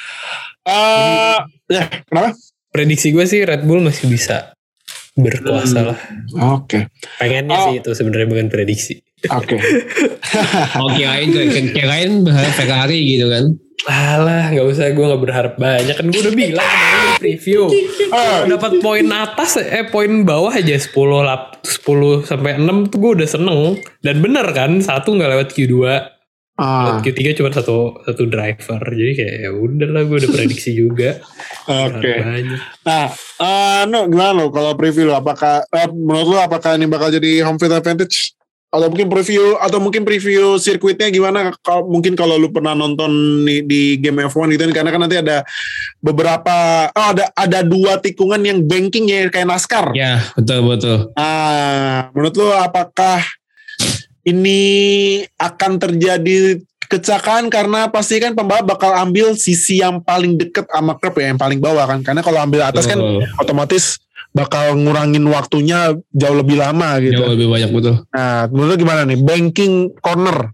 Uh, ya, kenapa? Prediksi gue sih Red Bull masih bisa berkuasa lah. Oke. Okay. Pengennya oh. sih itu sebenarnya bukan prediksi. Oke. Okay. Oke, kirain kirain berharap Ferrari gitu kan. Alah, nggak usah, gue nggak berharap banyak kan, gue udah bilang kemarin di preview. Oh. Dapat poin atas, eh poin bawah aja sepuluh sampai enam tuh gue udah seneng. Dan bener kan, satu nggak lewat Q dua. Ah. Q tiga cuma satu satu driver, jadi kayak ya udahlah, gue udah prediksi juga. Oke. Okay. Nah, uh, no gimana lo kalau preview lo? Apakah uh, menurut lo apakah ini bakal jadi home field advantage? Atau mungkin preview atau mungkin preview sirkuitnya gimana? Kalau mungkin kalau lu pernah nonton di, di game F satu gitu, karena kan nanti ada beberapa, oh ada ada dua tikungan yang banking ya kayak NASCAR. Ya betul betul. Ah, menurut lo apakah ini akan terjadi kecelakaan karena pasti kan pembalap bakal ambil sisi yang paling deket sama curb ya, yang paling bawah kan, karena kalau ambil atas oh. kan otomatis bakal ngurangin waktunya jauh lebih lama gitu. Jauh lebih banyak betul. Nah, menurut gimana nih banking corner?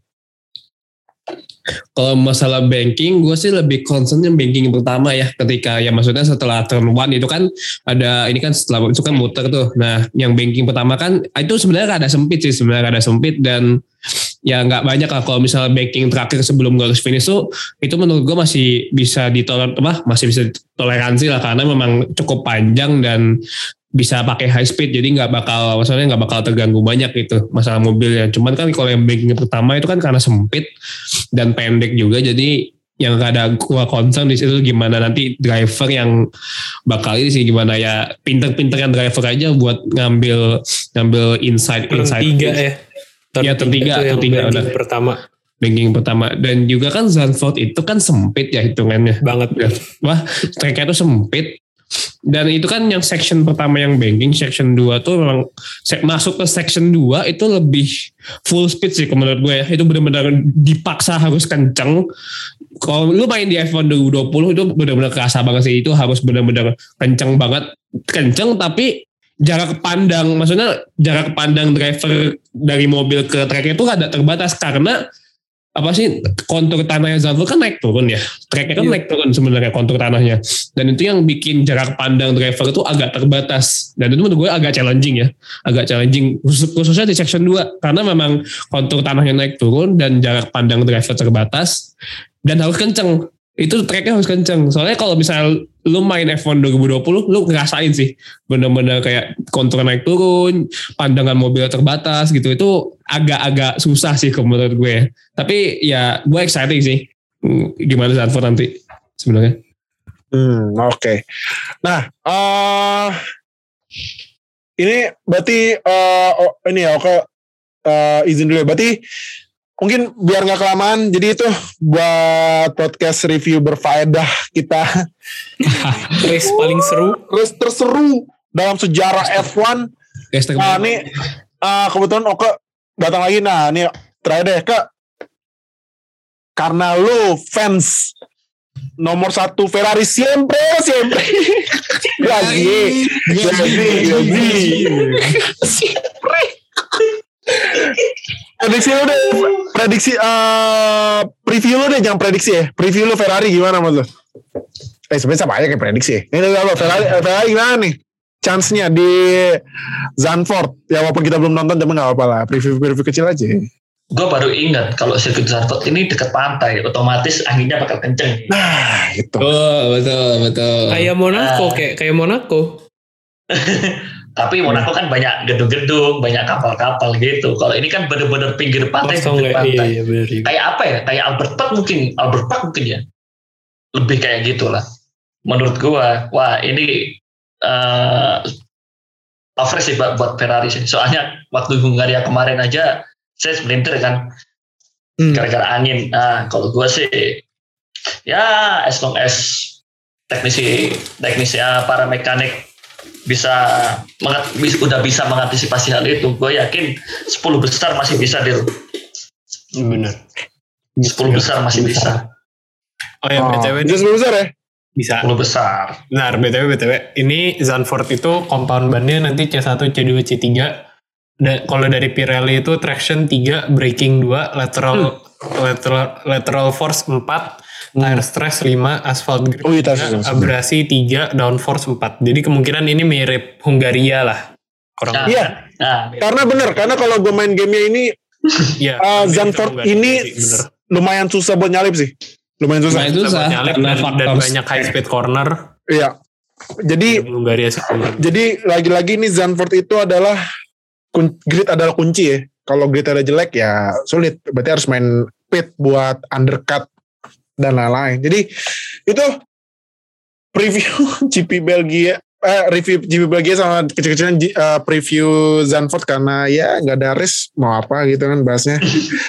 Kalau masalah banking, gue sih lebih concern yang banking pertama ya. Ketika ya maksudnya setelah turn one itu kan ada ini kan setelah itu kan muter tuh. Nah, yang banking pertama kan itu sebenarnya ada sempit sih, sebenarnya ada sempit dan ya nggak banyak lah. Kalau misalnya banking terakhir sebelum garis finish tuh itu menurut gue masih bisa ditoler apa masih bisa toleransi lah karena memang cukup panjang dan bisa pakai high speed, jadi nggak bakal maksudnya nggak bakal terganggu banyak gitu masalah mobilnya. Cuman kan kalau yang banking pertama itu kan karena sempit dan pendek juga, jadi yang ada gua concern di situ gimana nanti driver yang bakal ini sih, gimana ya pinter-pinter yang driver aja buat ngambil ngambil insight insight tiga ya. Ya tertiga tertiga udah pertama. Banking pertama dan juga kan Zandvoort itu kan sempit ya hitungannya banget. Wah, tracknya itu sempit. Dan itu kan yang section pertama yang banking, section dua tuh memang masuk ke section dua itu lebih full speed sih menurut gue ya. Itu benar-benar dipaksa harus kenceng. Kalau lu main di F satu dua ribu dua puluh itu benar-benar kerasa banget sih, itu harus benar-benar kenceng banget. Kenceng tapi jarak pandang, maksudnya jarak pandang driver dari mobil ke tracknya itu ada terbatas karena apa sih kontur tanahnya Zandvoort kan naik turun ya, tracknya kan yeah. naik turun sebenarnya kontur tanahnya, dan itu yang bikin jarak pandang driver itu agak terbatas, dan itu menurut gue agak challenging ya, agak challenging khususnya di section dua karena memang kontur tanahnya naik turun dan jarak pandang driver terbatas dan harus kenceng. Itu tracknya harus kenceng. Soalnya kalau misalnya lu main F satu dua ribu dua puluh, lu ngerasain sih bener-bener kayak kontur naik turun, pandangan mobil terbatas gitu. Itu agak-agak susah sih menurut gue. Tapi ya gue excited sih. Gimana Zandvoort nanti sebenarnya. Hmm, oke. Okay. Nah, uh, ini berarti uh, oh, ini ya oke uh, izin dulu ya. Berarti mungkin biar gak kelamaan, jadi itu buat podcast review berfaedah kita. Race paling seru. Race terseru dalam sejarah F satu. Nah ini uh, kebetulan Oke datang lagi. Nah ini terakhir deh Kak. Karena lo fans nomor satu Ferrari siempre, siempre. Lagi, lagi, lagi. Siempre. Prediksi lu deh, prediksi uh, preview lu deh, jangan prediksi ya. Preview lu Ferrari gimana menurut lu? Eh sebenarnya sama aja kayak prediksi. Ini apa Ferrari, Ferrari gimana nih? Chance-nya di Zandvoort. Ya walaupun kita belum nonton, tapi nggak apa-apa lah. Preview-preview kecil aja. Gue baru ingat kalau sirkuit Zandvoort ini dekat pantai, otomatis anginnya bakal kenceng. Nah, itu. Oh, betul, betul. Kayak Monaco, uh, kayak kayak Monaco. Tapi Monaco kan banyak gedung-gedung, banyak kapal-kapal gitu. Kalau ini kan bener-bener pinggir pantai, pinggir pantai. Iya, iya, iya. Kayak apa ya? Kayak Albert Park mungkin, Albert Park mungkin ya. Lebih kayak gitulah. Menurut gua, wah ini uh, over sih buat Ferrari sih. Soalnya waktu Hungaria kemarin aja saya melintir kan, hmm. gara-gara angin. Nah, kalau gua sih, ya as long as teknisi, teknisi para mekanik bisa mengat, udah bisa mengantisipasi hal itu, gue yakin sepuluh besar masih bisa deal. Bener. sepuluh besar masih bisa. Oh ya, B T W bisa sepuluh besar ya? Bisa. sepuluh besar. Benar, B T W B T W. Ini Zandvoort itu compound ban-nya nanti C satu, C dua, C tiga Da, kalau dari Pirelli itu traction tiga, braking dua, lateral hmm. lateral lateral force empat, hmm. tire stress lima, asphalt grip oh, iya, tiga, abrasi tiga, downforce empat. Jadi kemungkinan ini mirip Hungaria lah. Kurang iya. Nah, karena bener, karena kalau gue main gamenya ini ya, uh, Zandvoort ini sih, lumayan susah buat nyalip sih. Lumayan susah. Lumayan susah, susah nyalip dan, dan banyak high speed corner. Iya. Jadi Hungaria sih. Jadi lagi-lagi nih Zandvoort itu adalah grid adalah kunci ya. Kalau grid ada jelek ya sulit. Berarti harus main pit buat undercut dan lain-lain. Jadi itu preview G P Belgia, eh, review G P Belgia sama kecil-kecilan uh, preview Zandvoort karena ya nggak ada race mau apa gitu kan bahasnya.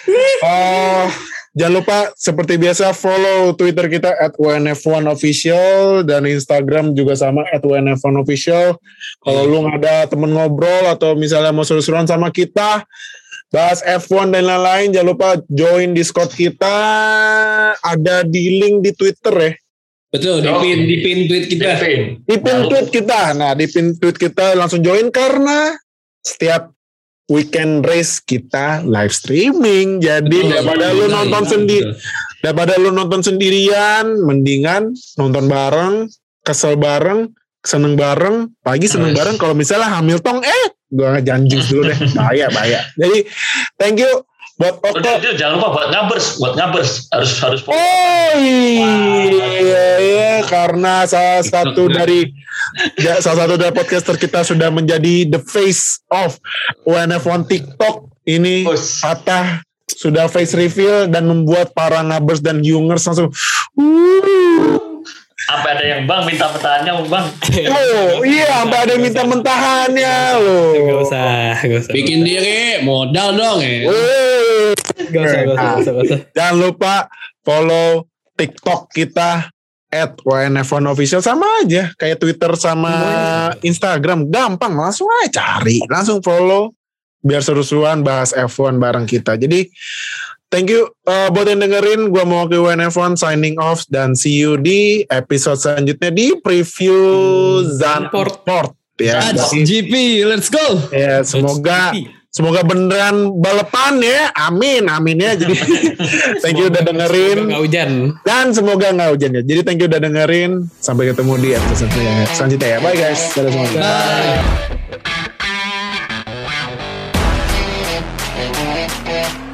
uh, Jangan lupa seperti biasa follow Twitter kita at W N F one official dan Instagram juga sama at W N F one official. Kalau lu ada temen ngobrol atau misalnya mau seru-seruan sama kita, bahas F one dan lain-lain, jangan lupa join Discord kita. Ada di link di Twitter ya. Betul, di pin, di pin tweet kita. Di pin tweet kita. Nah, di pin tweet kita langsung join karena setiap weekend race kita live streaming. Jadi betul, daripada betul, lu nonton sendiri, daripada lu nonton sendirian, mendingan nonton bareng, kesel bareng, seneng bareng, pagi seneng bareng. Kalau misalnya Hamilton, eh, gua janjus dulu deh, bahaya bahaya. Jadi thank you buat Okto. Jangan lupa buat ngabers, buat ngabers harus harus. Oh iya, iya, karena salah satu dari ya, salah satu dari podcaster kita sudah menjadi the face of W N F one TikTok ini. Fatah sudah face reveal dan membuat para ngabers dan viewers langsung. Uh. Sampai ada yang bang minta mentahannya bang. Oh iya, sampai ada yang minta mentahannya loh. Gak usah, gak usah. Bikin diri modal dong ya. Gak usah, gak usah, gak usah. Jangan lupa follow TikTok kita at W N F one official, sama aja kayak Twitter sama Instagram, gampang, langsung aja cari, langsung follow biar seru-seruan bahas F one bareng kita. Jadi thank you uh, buat yang dengerin. Gua mau ke W N F one signing off dan see you di episode selanjutnya di preview hmm. Zandvoort ya. G P, let's go. Ya, semoga semoga beneran balapan ya. Amin, amin ya. Jadi thank you udah dengerin. Semoga gak hujan. Dan semoga gak hujan ya. Jadi thank you udah dengerin. Sampai ketemu di episode selanjutnya ya. Bye guys. Dadah semua. Bye.